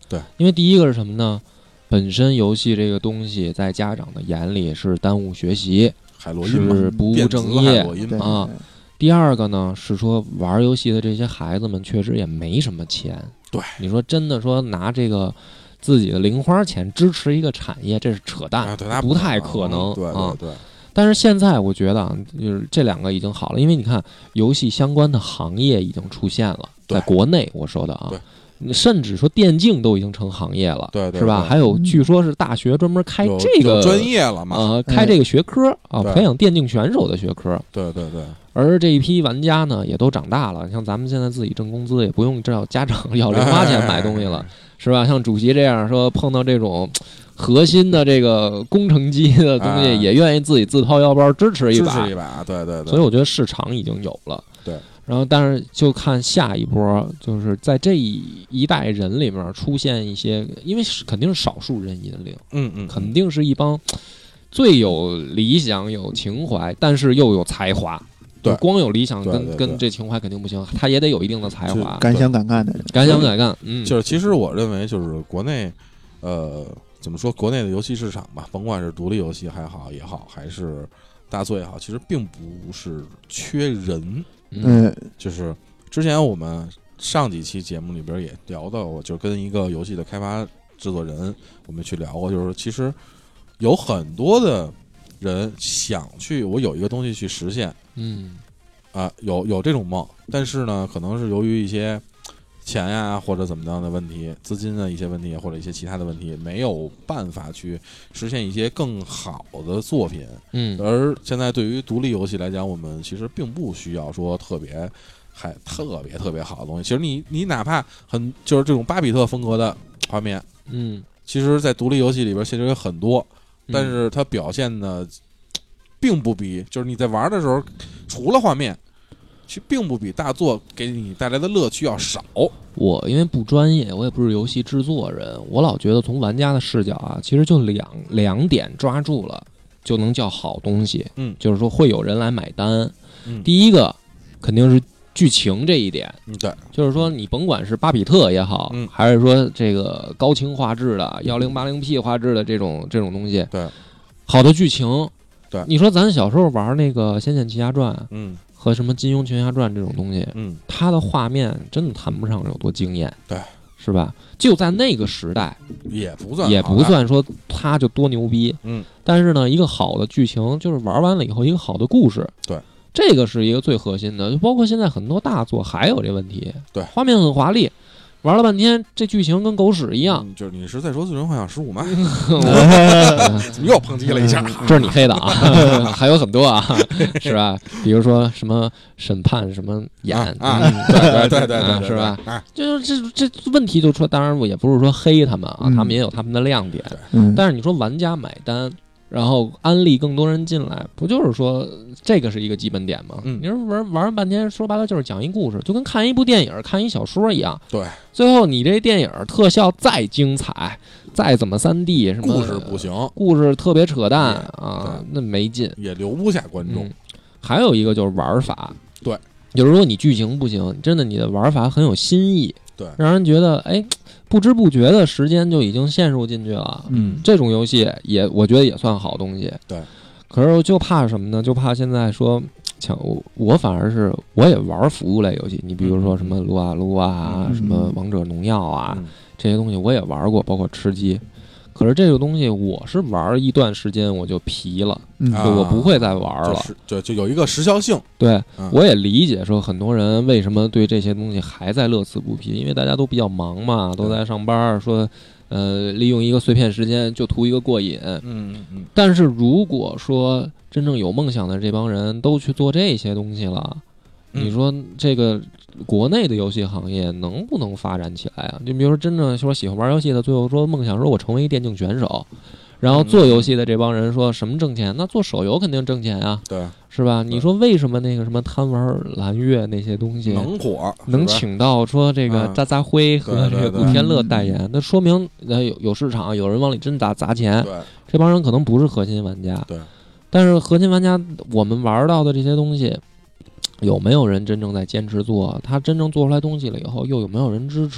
对， 因为第一个是什么呢？本身游戏这个东西在家长的眼里是耽误学习， 海洛因嘛， 是不务正业啊。 第二个呢是说玩游戏的这些孩子们确实也没什么钱。 对， 你说真的说拿这个自己的零花钱支持一个产业，这是扯淡， 啊、对不太可能。 对对对。 啊、但是现在我觉得啊，就是这两个已经好了，因为你看游戏相关的行业已经出现了，在国内我说的啊。甚至说电竞都已经成行业了， 对对对， 是吧？还有据说是大学专门开这个专业了嘛， 呃，开这个学科啊，培养电竞选手的学科。 对对对。 而这一批玩家呢，也都长大了，像咱们现在自己挣工资，也不用找家长要零花钱买东西了，是吧？像主席这样说，碰到这种核心的这个工程机的东西，也愿意自己自掏腰包支持一把， 支持一把，对对对。 所以我觉得市场已经有了， 对。 然后，但是就看下一波，就是在这一代人里面出现一些，因为肯定是少数人引领， 嗯嗯， 肯定是一帮最有理想、有情怀，但是又有才华。 对， 光有理想跟对对对跟这情怀肯定不行，他也得有一定的才华， 敢想敢干的人， 敢想敢干。嗯， 就是其实我认为，就是国内，呃，怎么说，国内的游戏市场吧，甭管是独立游戏还好也好，还是大作也好，其实并不是缺人。 嗯， 就是之前我们上几期节目里边也聊到过，就是跟一个游戏的开发制作人我们去聊过，就是其实有很多的人想去我有一个东西去实现， 嗯啊、呃，有有这种梦，但是呢，可能是由于一些钱呀或者怎么样的问题，资金的一些问题或者一些其他的问题，没有办法去实现一些更好的作品。 嗯， 而现在对于独立游戏来讲，我们其实并不需要说特别还特别特别好的东西。其实你你哪怕很就是这种巴比特风格的画面， 嗯， 其实在独立游戏里边其实有很多，但是它表现的并不比就是你在玩的时候，除了画面，其实并不比大作给你带来的乐趣要少。 我因为不专业，我也不是游戏制作人，我老觉得从玩家的视角啊，其实就两两点抓住了就能叫好东西。 嗯， 就是说会有人来买单。 嗯， 第一个肯定是剧情这一点。 嗯，对， 就是说你甭管是巴比特也好， 嗯， 还是说这个高清画质的幺零八零 P 画质的这种这种东西， 对， 好的剧情， 对， 你说咱小时候玩那个《仙剑奇侠传》， 嗯。 和什么金庸群侠传这种东西， 嗯， 它的画面真的谈不上有多惊艳， 对， 是吧？就在那个时代， 也不算也不算说它就多牛逼， 嗯， 但是呢，一个好的剧情就是玩完了以后一个好的故事， 对， 这个是一个最核心的。就包括现在很多大作还有这问题， 对， 画面很华丽。玩了半天，这剧情跟狗屎一样。 嗯、就是你是在说《最终幻想十五》吗？怎么又抨击了一下？ 这是你黑的啊，还有很多啊，是吧？比如说什么审判什么演啊，嗯、对对对对对， 是吧？ 啊、 就是这这问题就出，当然我也不是说黑他们啊， 嗯、 他们也有他们的亮点。 嗯、 但是你说玩家买单。然后安利更多人进来，不就是说这个是一个基本点吗？ 嗯， 你说玩玩半天，说白了就是讲一故事，就跟看一部电影、看一小说一样。 对， 最后你这电影特效再精彩，再怎么三 D 什么， 故事不行， 故事特别扯淡啊，那没劲， 也留不下观众。 嗯、还有一个就是玩法， 对， 就是说你剧情不行，真的你的玩法很有新意， 对， 让人觉得哎。不知不觉的时间就已经陷入进去了， 嗯， 这种游戏也我觉得也算好东西， 对。 可是就怕什么呢？就怕现在说，像我我反而是我也玩服务类游戏，你比如说什么撸啊撸啊， 嗯、 什么王者荣耀啊、 嗯， 这些东西我也玩过，包括吃鸡。可是这个东西我是玩一段时间我就疲了， 嗯、 就我不会再玩了， 就、啊、就有一个时效性。 对、 嗯， 我也理解说很多人为什么对这些东西还在乐此不疲，因为大家都比较忙嘛，都在上班，说，呃，利用一个碎片时间就图一个过瘾。 嗯嗯嗯。 但是如果说真正有梦想的这帮人都去做这些东西了， 嗯、 你说这个国内的游戏行业能不能发展起来啊？就比如说真正说喜欢玩游戏的，最后说梦想说我成为一电竞选手。然后做游戏的这帮人说什么挣钱？那做手游肯定挣钱啊， 对， 是吧？你说为什么那个什么贪玩蓝月那些东西能火， 能请到说这个渣渣辉和这个古天乐代言？那说明呃有有市场，有人往里真砸砸钱。 对， 这帮人可能不是核心玩家。 对， 但是核心玩家我们玩到的这些东西，有没有人真正在坚持做？他真正做出来东西了以后，又有没有人支持？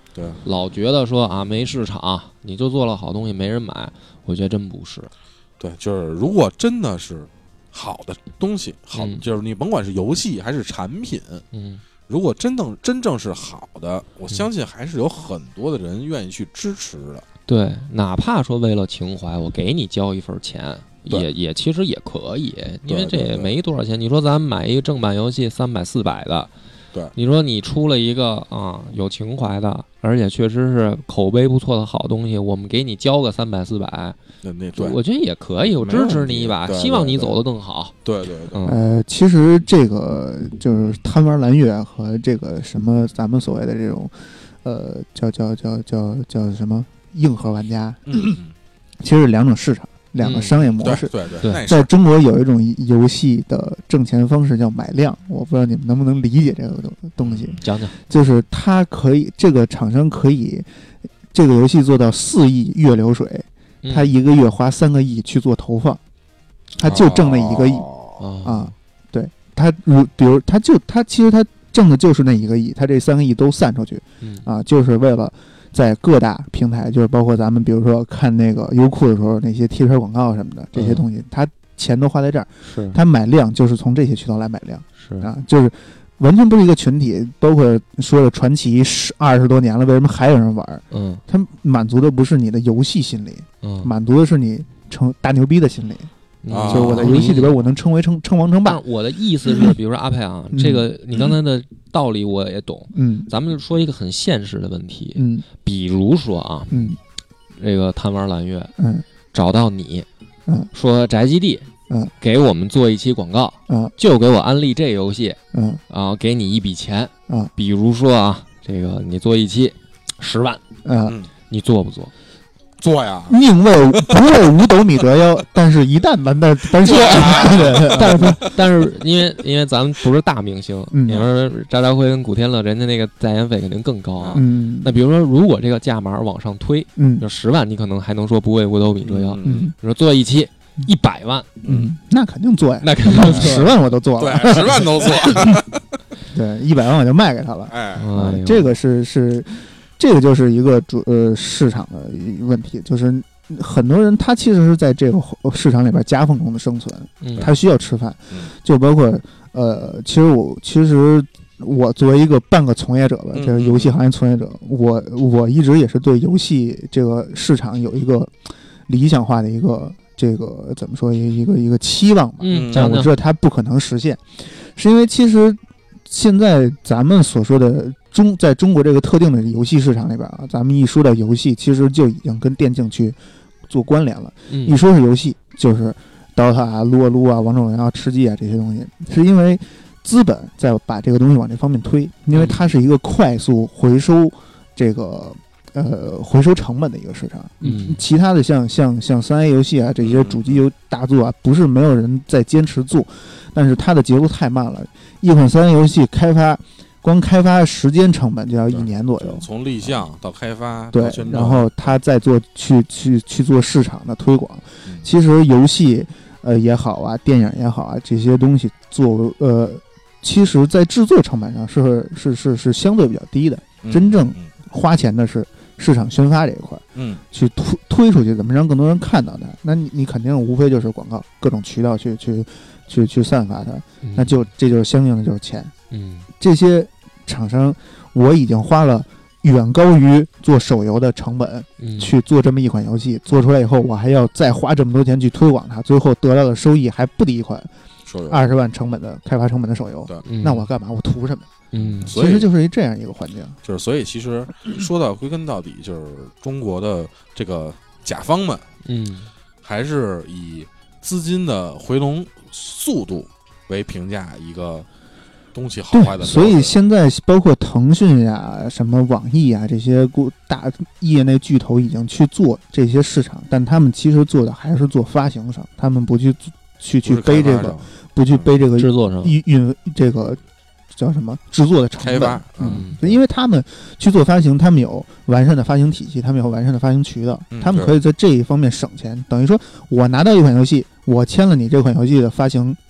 对， 老觉得说啊没市场，你就做了好东西没人买，我觉得真不是。 对，就是如果真的是好的东西，好、 嗯、 就是你甭管是游戏还是产品， 嗯， 如果真正真正是好的，我相信还是有很多的人愿意去支持的。 对，哪怕说为了情怀，我给你交一份钱，也也其实也可以，因为这也没多少钱。你说咱们买一个正版游戏三百四百的， 对， 你说你出了一个啊有情怀的，而且确实是口碑不错的好东西，我们给你交个三百四百， 那那对， 我觉得也可以，我支持你一把，希望你走得更好。 对对对， 嗯、 呃，其实这个就是贪玩蓝月和这个什么咱们所谓的这种，呃，叫叫叫叫叫什么？硬核玩家， 嗯， 其实是两种市场，两个商业模式。 嗯、对对 对, 对， 在中国有一种游戏的挣钱方式叫买量，我不知道你们能不能理解这个东西。 讲讲， 就是它可以，这个厂商可以，这个游戏做到四亿月流水， 嗯、 他一个月花三个亿去做投放，他就挣那一个亿、 哦、 啊。对，他如比如他就他其实他挣的就是那一个亿，他这三个亿都散出去， 嗯、 啊，就是为了。在各大平台，就是包括咱们比如说看那个优酷的时候，那些贴片广告什么的这些东西，他、嗯、钱都花在这儿， 是他买量就是从这些渠道来买量， 是啊，就是完全不是一个群体。包括说的传奇十二十多年了，为什么还有人玩？ 嗯， 他满足的不是你的游戏心理， 嗯， 满足的是你成大牛逼的心理。 啊、 就是我在游戏里边我能称为称称王称霸。 我的意思是，比如说阿佩啊， 嗯、 这个你刚才的道理我也懂。 嗯， 咱们就说一个很现实的问题。 嗯， 比如说啊， 嗯， 这个贪玩蓝月， 嗯， 找到你， 嗯， 说宅基地， 嗯， 给我们做一期广告， 嗯， 就给我安利这游戏， 嗯， 啊，给你一笔钱， 嗯， 比如说啊，这个你做一期十万， 嗯， 你做不做？ 做呀， 宁为不为五斗米折腰，但是一旦完蛋单说， 但是但是因为因为咱们不是大明星， 嗯、 你说渣渣辉跟古天乐，人家那个代言费肯定更高啊。 嗯， 那比如说，如果这个价码往上推， 嗯， 就十万，你可能还能说不为五斗米折腰。 嗯， 你说做一期一百万， 嗯，那肯定做呀， 那肯定做， 十万我都做了， 对，十万都做， 对，一百万我就卖给他了。 哎， 啊、这个是是。这个就是一个主呃市场的问题，就是很多人他其实是在这个市场里边夹缝中的生存， 嗯、 他需要吃饭， 嗯、 就包括呃，其实我其实我作为一个半个从业者吧， 嗯、 这个游戏行业从业者，我我一直也是对游戏这个市场有一个理想化的一个这个怎么说一个一个期望吧， 嗯， 但我知道它不可能实现，是因为其实现在咱们所说的。中在中国这个特定的游戏市场里边啊，咱们一说到游戏，其实就已经跟电竞去做关联了。 嗯、 一说是游戏，就是 D O T A 啊、撸啊撸啊、王者荣耀、吃鸡啊这些东西，是因为资本在把这个东西往这方面推，因为它是一个快速回收这个呃回收成本的一个市场。 嗯， 其他的像像像三 A 游戏啊这些主机游大作啊，不是没有人在坚持做，但是它的节奏太慢了。一款三 A 游戏开发。光开发时间成本就要一年左右， 从立项到开发， 对，然后他再做去去去做市场的推广。嗯、其实游戏呃也好啊，电影也好啊，这些东西做呃，其实在制作成本上是是是是相对比较低的。 嗯、 真正花钱的是市场宣发这一块， 嗯， 去推推出去，怎么让更多人看到它？那你你肯定无非就是广告，各种渠道去去去去散发它， 嗯、 那就这就是相应的就是钱。 嗯， 这些厂商我已经花了远高于做手游的成本、 嗯、 去做这么一款游戏，做出来以后我还要再花这么多钱去推广它，最后得到的收益还不敌一款二十万成本的开发成本的手游。 对， 那我干嘛？我图什么？ 嗯， 其实就是一这样一个环境。 就是所以其实说到归根到底，就是中国的这个甲方们， 嗯， 还是以资金的回笼速度为评价一个东西好坏的。 所以现在包括腾讯呀、什么网易啊这些大业内巨头已经去做这些市场，但他们其实做的还是做发行上，他们不去去去背这个，不去背这个制作上运运这个叫什么制作的成本。 开发， 嗯，因为他们去做发行，他们有完善的发行体系，他们有完善的发行渠道， 嗯、 他们可以在这一方面省钱。等于说我拿到一款游戏，我签了你这款游戏的发行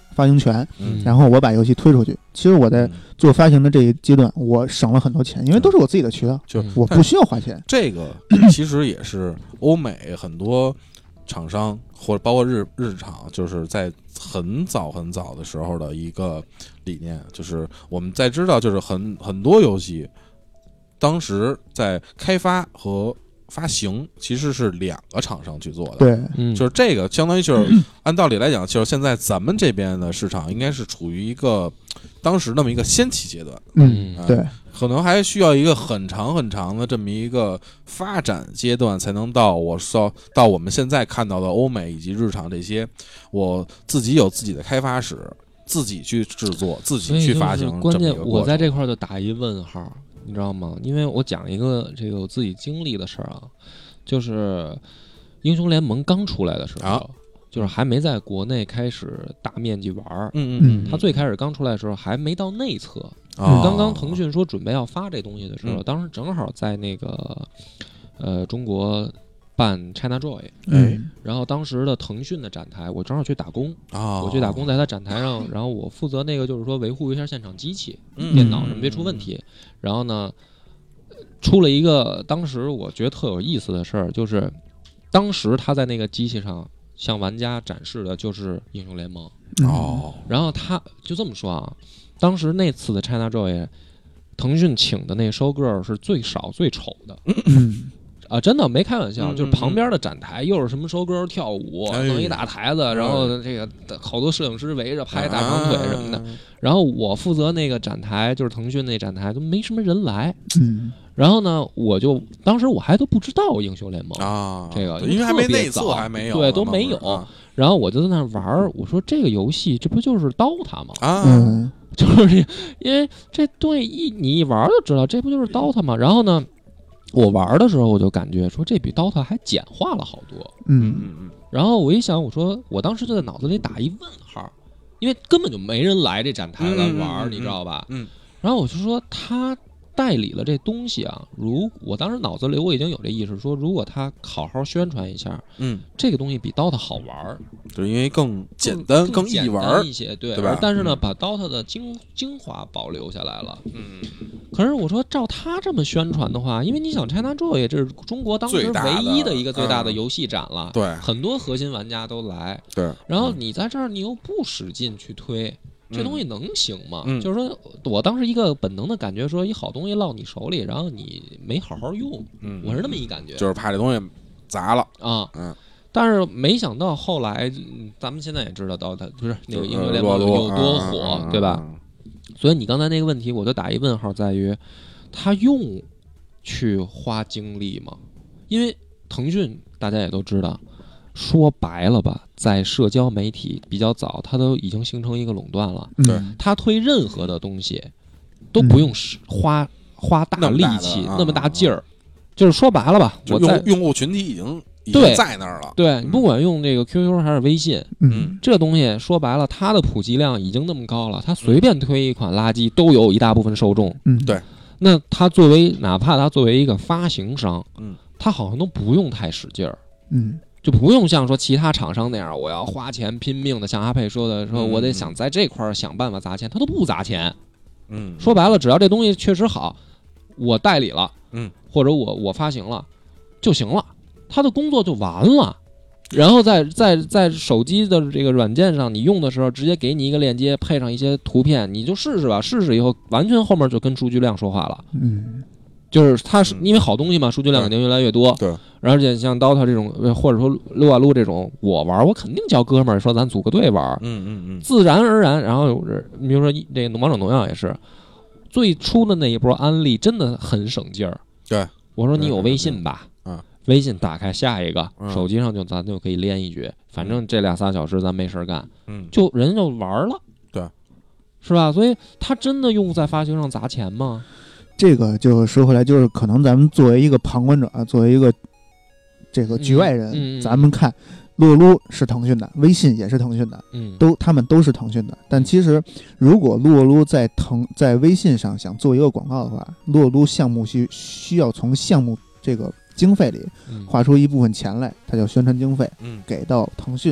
发行权， 嗯， 然后我把游戏推出去。其实我在做发行的这一阶段，我省了很多钱，因为都是我自己的渠道， 就我不需要花钱。 这个其实也是欧美很多厂商或者包括日日厂，就是在很早很早的时候的一个理念，就是我们在知道，就是很很多游戏当时在开发和发行其实是两个厂商去做的， 对， 嗯， 就是这个相当于就是按道理来讲，就是现在咱们这边的市场应该是处于一个当时那么一个先期阶段， 嗯， 啊对， 可能还需要一个很长很长的这么一个发展阶段，才能到我说到我们现在看到的欧美以及日常这些，我自己有自己的开发室，自己去制作，自己去发行。 关键我在这块就打一问号，你知道吗？因为我讲一个这个我自己经历的事儿啊，就是英雄联盟刚出来的时候。啊就是还没在国内开始大面积玩儿， 嗯嗯嗯， 他最开始刚出来的时候还没到内测， 哦、 刚刚腾讯说准备要发这东西的时候， 嗯、 当时正好在那个呃中国办 ChinaJoy， 哎， 然后当时的腾讯的展台我正好去打工， 哦、 我去打工在他展台上，然后我负责那个就是说维护一下现场机器、 嗯、 电脑什么别出问题，然后呢出了一个当时我觉得特有意思的事儿，就是当时他在那个机器上向玩家展示的就是英雄联盟哦， 然后他就这么说啊，当时那次的 ChinaJoy， 腾讯请的那收 girl 是最少最丑的， 嗯啊，真的没开玩笑， 嗯、 就是旁边的展台又是什么收 girl 跳舞， 哎、 弄一大台子，然后这个好多摄影师围着拍大长腿什么的， 啊、 然后我负责那个展台，就是腾讯那展台都没什么人来， 嗯。 然后呢，我就当时我还都不知道英雄联盟啊， 这个因为还没内测，还没有， 对，都没有。 啊、 然后我就在那玩，我说这个游戏这不就是 D O T A 吗？ 啊，嗯、 就是因为这东西一你一玩就知道，这不就是 D O T A 吗？然后呢，我玩的时候我就感觉说这比 D O T A 还简化了好多。 嗯嗯嗯。 然后我一想，我说我当时就在脑子里打一问号，因为根本就没人来这展台来玩， 嗯、 你知道吧？ 嗯。 然后我就说他代理了这东西啊，如我当时脑子里我已经有这意识，说如果他好好宣传一下， 嗯， 这个东西比 D O T A 好玩， 就是因为更简单、 更易玩一些，对， 对吧？ 但是呢，把 D O T A 的精精华保留下来了。 嗯， 可是我说照他这么宣传的话，因为你想 ChinaJoy 这是中国当时唯一的一个最大的游戏展了， 对， 很多核心玩家都来， 对， 然后你在这儿你又不使劲去推。这东西能行吗？ 嗯、 就是说我当时一个本能的感觉，说一好东西落你手里，然后你没好好用， 嗯， 我是那么一感觉， 就是怕这东西砸了啊， 嗯。 但是没想到后来，咱们现在也知道到它不是那个英雄联盟有多火， 啊、 对吧？ 啊、 所以你刚才那个问题，我就打一问号，在于他用去花精力吗？因为腾讯大家也都知道。说白了吧，在社交媒体比较早，它都已经形成一个垄断了。 对， 它推任何的东西都不用花、嗯、花大力气， 那么大, 那么大劲儿、啊。就是说白了吧，我用用户群体已经已经在那儿了。 对，你不管用这个 Q Q 还是微信， 嗯， 这东西说白了，它的普及量已经那么高了，它随便推一款垃圾都有一大部分受众。 嗯， 对。 那它作为哪怕它作为一个发行商， 嗯， 它好像都不用太使劲儿。 嗯。 就不用像说其他厂商那样，我要花钱拼命的，像阿佩说的，说我得想在这块想办法砸钱，他都不砸钱。 嗯， 说白了，只要这东西确实好，我代理了， 嗯， 或者我我发行了就行了，他的工作就完了。然后在在在手机的这个软件上，你用的时候直接给你一个链接，配上一些图片，你就试试吧，试试以后完全后面就跟数据量说话了。 嗯。 就是它是因为好东西嘛，数据量肯定越来越多。 对， 而且像 D O T A 这种，或者说撸啊撸这种，我玩我肯定叫哥们儿说咱组个队玩。 嗯嗯嗯， 自然而然。然后比如说这个王者荣耀也是，最初的那一波安利真的很省劲儿。 对， 我说你有微信吧， 嗯， 微信打开下一个， 嗯、 手机上就咱就可以连一局，反正这俩仨小时咱没事干， 嗯， 就人就玩了。 对， 是吧？所以他真的用在发行上砸钱吗？ 这个就说回来，就是可能咱们作为一个旁观者，作为一个这个局外人， 嗯嗯、 咱们看撸撸是腾讯的，微信也是腾讯的， 嗯， 都他们都是腾讯的。但其实，如果撸撸在腾在微信上想做一个广告的话，撸撸项目需需要从项目这个经费里划出一部分钱来，它叫宣传经费， 嗯， 给到腾讯，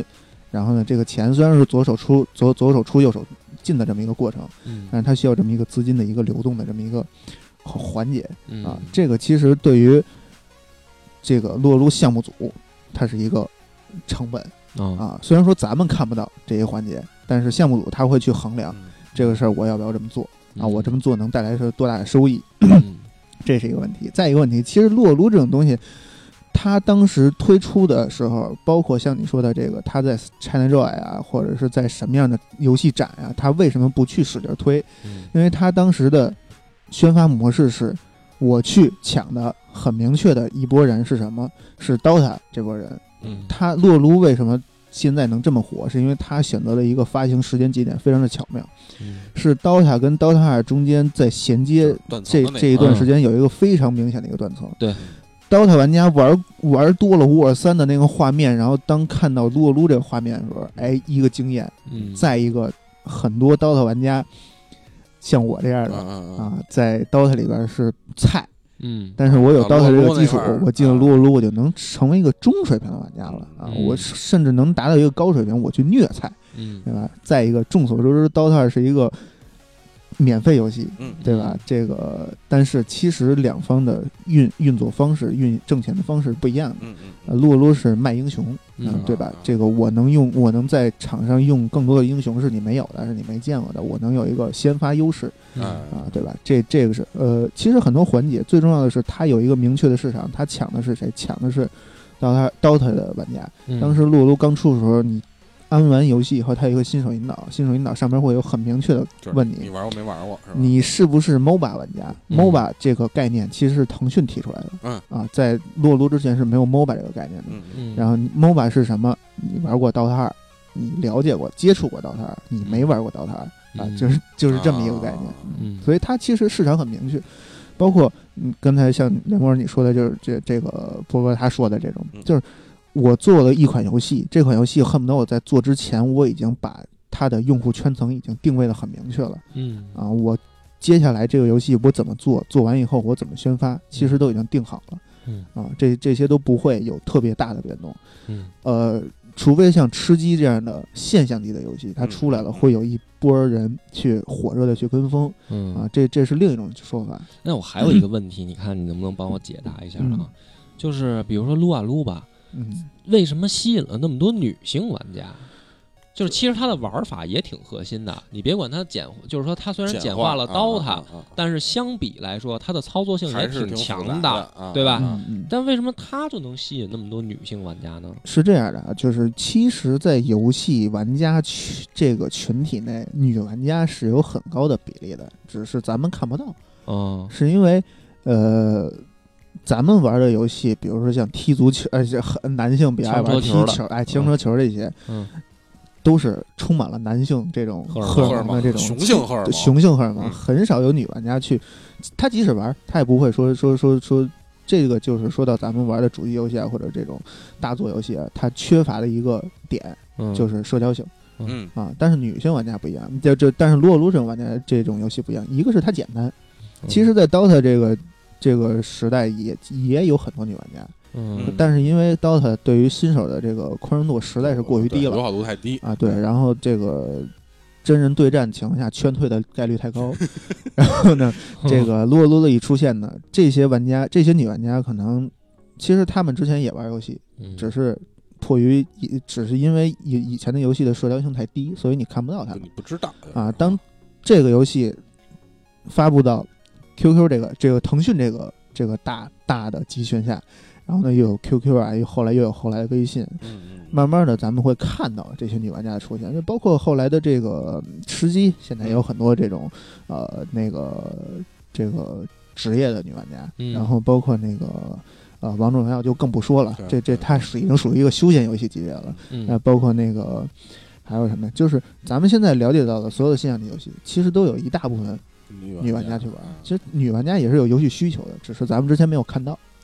然后呢，这个钱虽然是左手出左左手出右手进的这么一个过程， 嗯， 但是它需要这么一个资金的一个流动的这么一个环节嗯、 啊。这个其实对于这个撸啊撸项目组，它是一个成本、 哦、 啊。虽然说咱们看不到这些环节，但是项目组他会去衡量、嗯、这个事儿我要不要这么做、嗯、啊？我这么做能带来是多大的收益？ 嗯这是一个问题。再一个问题，其实撸啊撸这种东西，它当时推出的时候，包括像你说的这个，它在 ChinaJoy 啊，或者是在什么样的游戏展啊，它为什么不去使劲推？因为它当时的宣发模式是，我去抢的很明确的一波人是什么？是 DOTA 这波人。 嗯， 它撸啊撸为什么现在能这么火，是因为它选择了一个发行时间节点非常的巧妙， 嗯、 是 DOTA 跟 DOTA 二中间在衔接这这一段时间有一个非常明显的一个断层。 对 ，DOTA 玩家玩玩多了沃尔三的那个画面，然后当看到撸啊撸这个画面的时候，哎，一个惊艳。 嗯， 再一个，很多 DOTA 玩家像我这样的、 嗯、 啊，在 DOTA 里边是菜。 嗯， 但是我有 DOTA 这个基础，我进了撸啊撸，我就能成为一个中水平的玩家了啊！ 嗯、 我甚至能达到一个高水平，我去虐菜， 嗯， 对吧？再一个，众所周知 ，DOTA 是一个免费游戏， 嗯， 对吧？这个，但是其实两方的运运作方式、运挣钱的方式不一样的。 嗯嗯，撸啊撸是卖英雄， 嗯， 对吧？这个我能用，我能在场上用更多的英雄是你没有的，是你没见过的，我能有一个先发优势， 嗯、 啊，对吧？这这个是呃，其实很多环节最重要的是它有一个明确的市场，它抢的是谁？抢的是 DOTA DOTA 的玩家。 嗯、 当时撸啊撸刚出的时候，你安完游戏以后，它有一个新手引导，新手引导上面会有很明确的问你， 你玩过没玩过？是吧？ 你是不是 M O B A 玩家、 嗯、 ？M O B A 这个概念其实是腾讯提出来的， 嗯啊，在撸啊撸之前是没有 M O B A 这个概念的。 嗯嗯。 然后 M O B A 是什么？你玩过 DOTA 二，你了解过、接触过 DOTA 二，你没玩过 DOTA 二、嗯、啊，就是就是这么一个概念。 嗯， 所以它其实市场很明确，包括嗯，刚才像梁博你说的，就是这这个波哥他说的这种，就是我做了一款游戏，这款游戏恨不得我在做之前，我已经把它的用户圈层已经定位的很明确了。 嗯啊，我接下来这个游戏我怎么做，做完以后我怎么宣发，其实都已经定好了。 嗯啊，这这些都不会有特别大的变动。 嗯， 呃，除非像吃鸡这样的现象级的游戏，它出来了，会有一波人去火热的去跟风。 嗯啊，这这是另一种说法。 那我还有一个问题，你看你能不能帮我解答一下啊？ 嗯、 就是比如说撸啊撸吧。 嗯， 为什么吸引了那么多女性玩家？就是其实它的玩法也挺核心的。你别管它简，就是说它虽然简化了 DOTA，、啊啊啊、但是相比来说，它的操作性也挺强的， 的啊、对吧、 嗯嗯？ 但为什么它就能吸引那么多女性玩家呢？ 是这样的，就是其实，在游戏玩家群这个群体内，女玩家是有很高的比例的，只是咱们看不到。 嗯， 是因为呃。咱们玩的游戏，比如说像踢足球，而且很男性比较爱玩踢球，哎，轻车球这些， 嗯， 都是充满了男性这种荷尔蒙的这种雄性荷尔蒙， 雄性荷尔蒙，很少有女玩家去。他即使玩，他也不会说说说说这个，就是说到咱们玩的主机游戏啊，或者这种大作游戏啊，它缺乏的一个点就是社交性。 嗯啊，但是女性玩家不一样，就就但是撸啊撸这种玩家这种游戏不一样，一个是它简单，其实，在 DOTA 这个。这个时代也也有很多女玩家， 嗯， 但是因为 DOTA 对于新手的这个宽容度实在是过于低了， 友好度太低啊，对，然后这个真人对战情况下劝退的概率太高，然后呢，这个撸啊撸的一出现呢，这些玩家这些女玩家可能其实他们之前也玩游戏，只是迫于只是因为以以前的游戏的社交性太低，所以你看不到他们， 你不知道啊，当这个游戏发布到Q Q 这个这个腾讯这个这个大大的集群下，然后呢又有 Q Q 啊，又后来又有后来的微信， 嗯嗯， 慢慢的咱们会看到这些女玩家的出现，就包括后来的这个吃鸡，现在也有很多这种呃那个这个职业的女玩家， 嗯、 然后包括那个呃王者荣耀就更不说了，这这它是已经属于一个休闲游戏级别了， 嗯， 呃包括那个还有什么，就是咱们现在了解到的所有的现象级游戏，其实都有一大部分。女玩家去玩，其实女玩家也是有游戏需求的，只是咱们之前没有看到。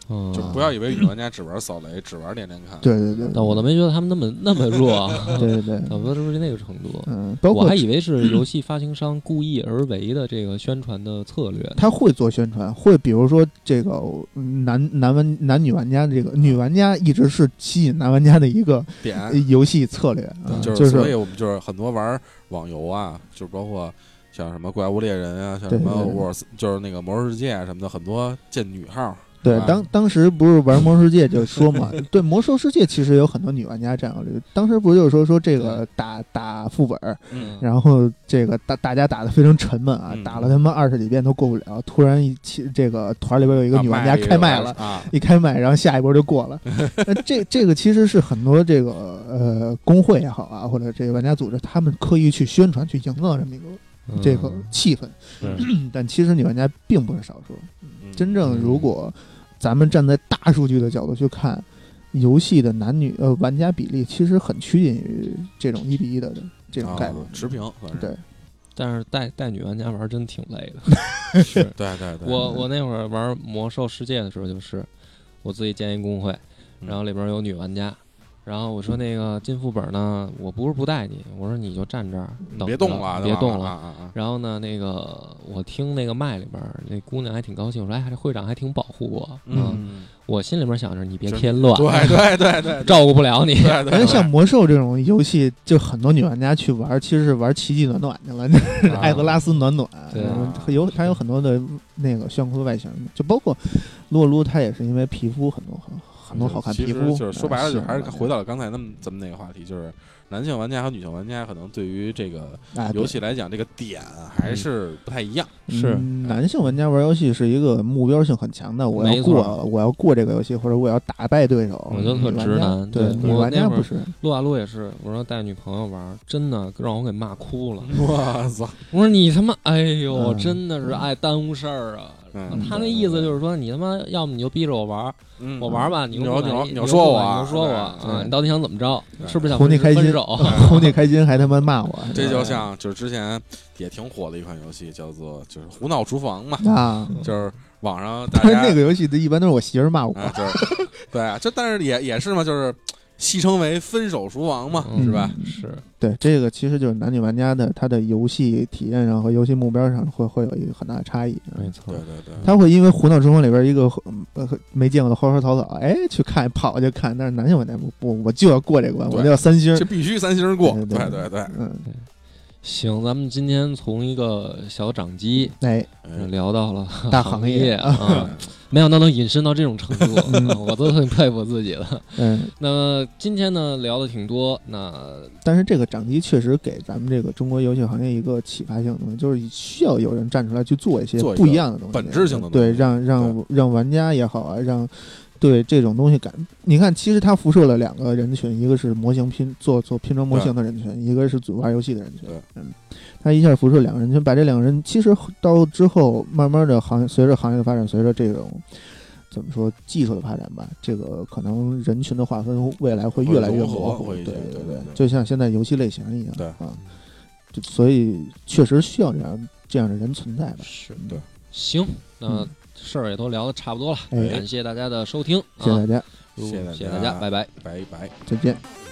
嗯， 就不要以为女玩家只玩扫雷，只玩连连看。 对对对， 但我倒没觉得他们那么那么弱， 对对对， 差不多是那个程度。 嗯，包括我还以为是游戏发行商故意而为的这个宣传的策略。 他会做宣传，会比如说这个男男玩男女玩家的这个女玩家一直是吸引男玩家的一个点游戏策略， 嗯、 就是所以我们就是很多玩网游啊，就包括像什么怪物猎人啊，像什么沃尔斯，就是那个魔兽世界啊什么的，很多见女号。 对，当当时不是玩魔兽世界就说嘛，对，魔兽世界其实有很多女玩家占有率。当时不就是说说这个打打副本， 嗯， 然后这个大大家打得非常沉闷啊， 嗯、 打了他妈二十几遍都过不了，突然一起这个团里边有一个女玩家开麦了， 啊、 一开麦，然后下一波就过了。那这这个其实是很多这个呃工会也好啊，或者这个玩家组织，他们刻意去宣传去营造这么一个。这个气氛， 嗯、 但其实女玩家并不是少数。 嗯、 真正如果咱们站在大数据的角度去看，游戏的男女呃玩家比例其实很趋近于这种一比一的这种概率， 哦、持平。 对， 但是带带女玩家玩真挺累的。是， 对对对。 我我那会儿玩魔兽世界的时候，就是我自己建一工会，然后里边有女玩家。然后我说那个进副本呢，我不是不带你，我说你就站这儿等， 别动了， 别动了。 啊啊啊、 然后呢，那个我听那个麦里边，那姑娘还挺高兴，我说哎，这会长还挺保护我。 嗯， 嗯我心里面想着你别添乱， 对对对 对, 对， 照顾不了你。 对对对， 像魔兽这种游戏，就很多女玩家去玩，其实是玩奇迹暖暖去了，啊、艾泽拉斯暖暖。 对、 啊，有它有很多的那个炫酷的外形，就包括洛撸，它也是因为皮肤很多很。很多好看皮肤， 就是说白了，就还是回到了刚才那么咱们那个话题，就是男性玩家和女性玩家可能对于这个游戏来讲，这个点还是不太一样。 是男性玩家玩游戏是一个目标性很强的，我要过，我要过这个游戏，或者我要打败对手。 我就特直男， 对，女玩家不是。 撸啊撸也是，我说带女朋友玩，真的让我给骂哭了。 我操！ 我说你他妈，哎呦，真的是爱耽误事儿啊。 嗯， 他那意思就是说，你他妈要么你就逼着我玩， 嗯、 我玩吧，你你你你说我， 你说我啊，你到底想怎么着？是不是想哄你开心？哄你开心还他妈骂我？ 这就像就是之前也挺火的一款游戏，叫做就是胡闹厨房嘛， 啊， 就是网上大家那个游戏的一般都是我媳妇骂我， 啊、就是对啊，就但是也也是嘛，就是。戏称为分手厨房嘛， 嗯、 是吧？ 是对，这个其实就是男女玩家的他的游戏体验上和游戏目标上会会有一个很大的差异。 没错， 对对对， 他会因为胡闹厨房里边一个呃没见过的花花草草，哎，去看跑去看，但是男性玩家不不，我就要过这关，我就要三星， 这必须三星过。 对对 对, 对, 对， 嗯。 行，咱们今天从一个小掌机哎聊到了大行业啊，没想到能引申到这种程度，嗯、我都很佩服自己了。 嗯， 那么今天呢聊的挺多，那但是这个掌机确实给咱们这个中国游戏行业一个启发性的东西，就是需要有人站出来去做一些不一样的东西， 本质性的东西， 对，让让让玩家也好啊，让。对这种东西感，你看，其实它辐射了两个人群，一个是模型拼做做拼装模型的人群，一个是玩游戏的人群。嗯，它一下辐射两个人群，把这两个人，其实到之后，慢慢的行随着行业的发展，随着这种怎么说技术的发展吧，这个可能人群的划分未来会越来越模糊。对对对，就像现在游戏类型一样。 对啊，就所以确实需要这样这样的人存在吧。 是对， 行，那。嗯事儿也都聊得差不多了，哎、感谢大家的收听， 谢谢大家， 谢谢谢谢大家，拜拜， 拜拜， 再见。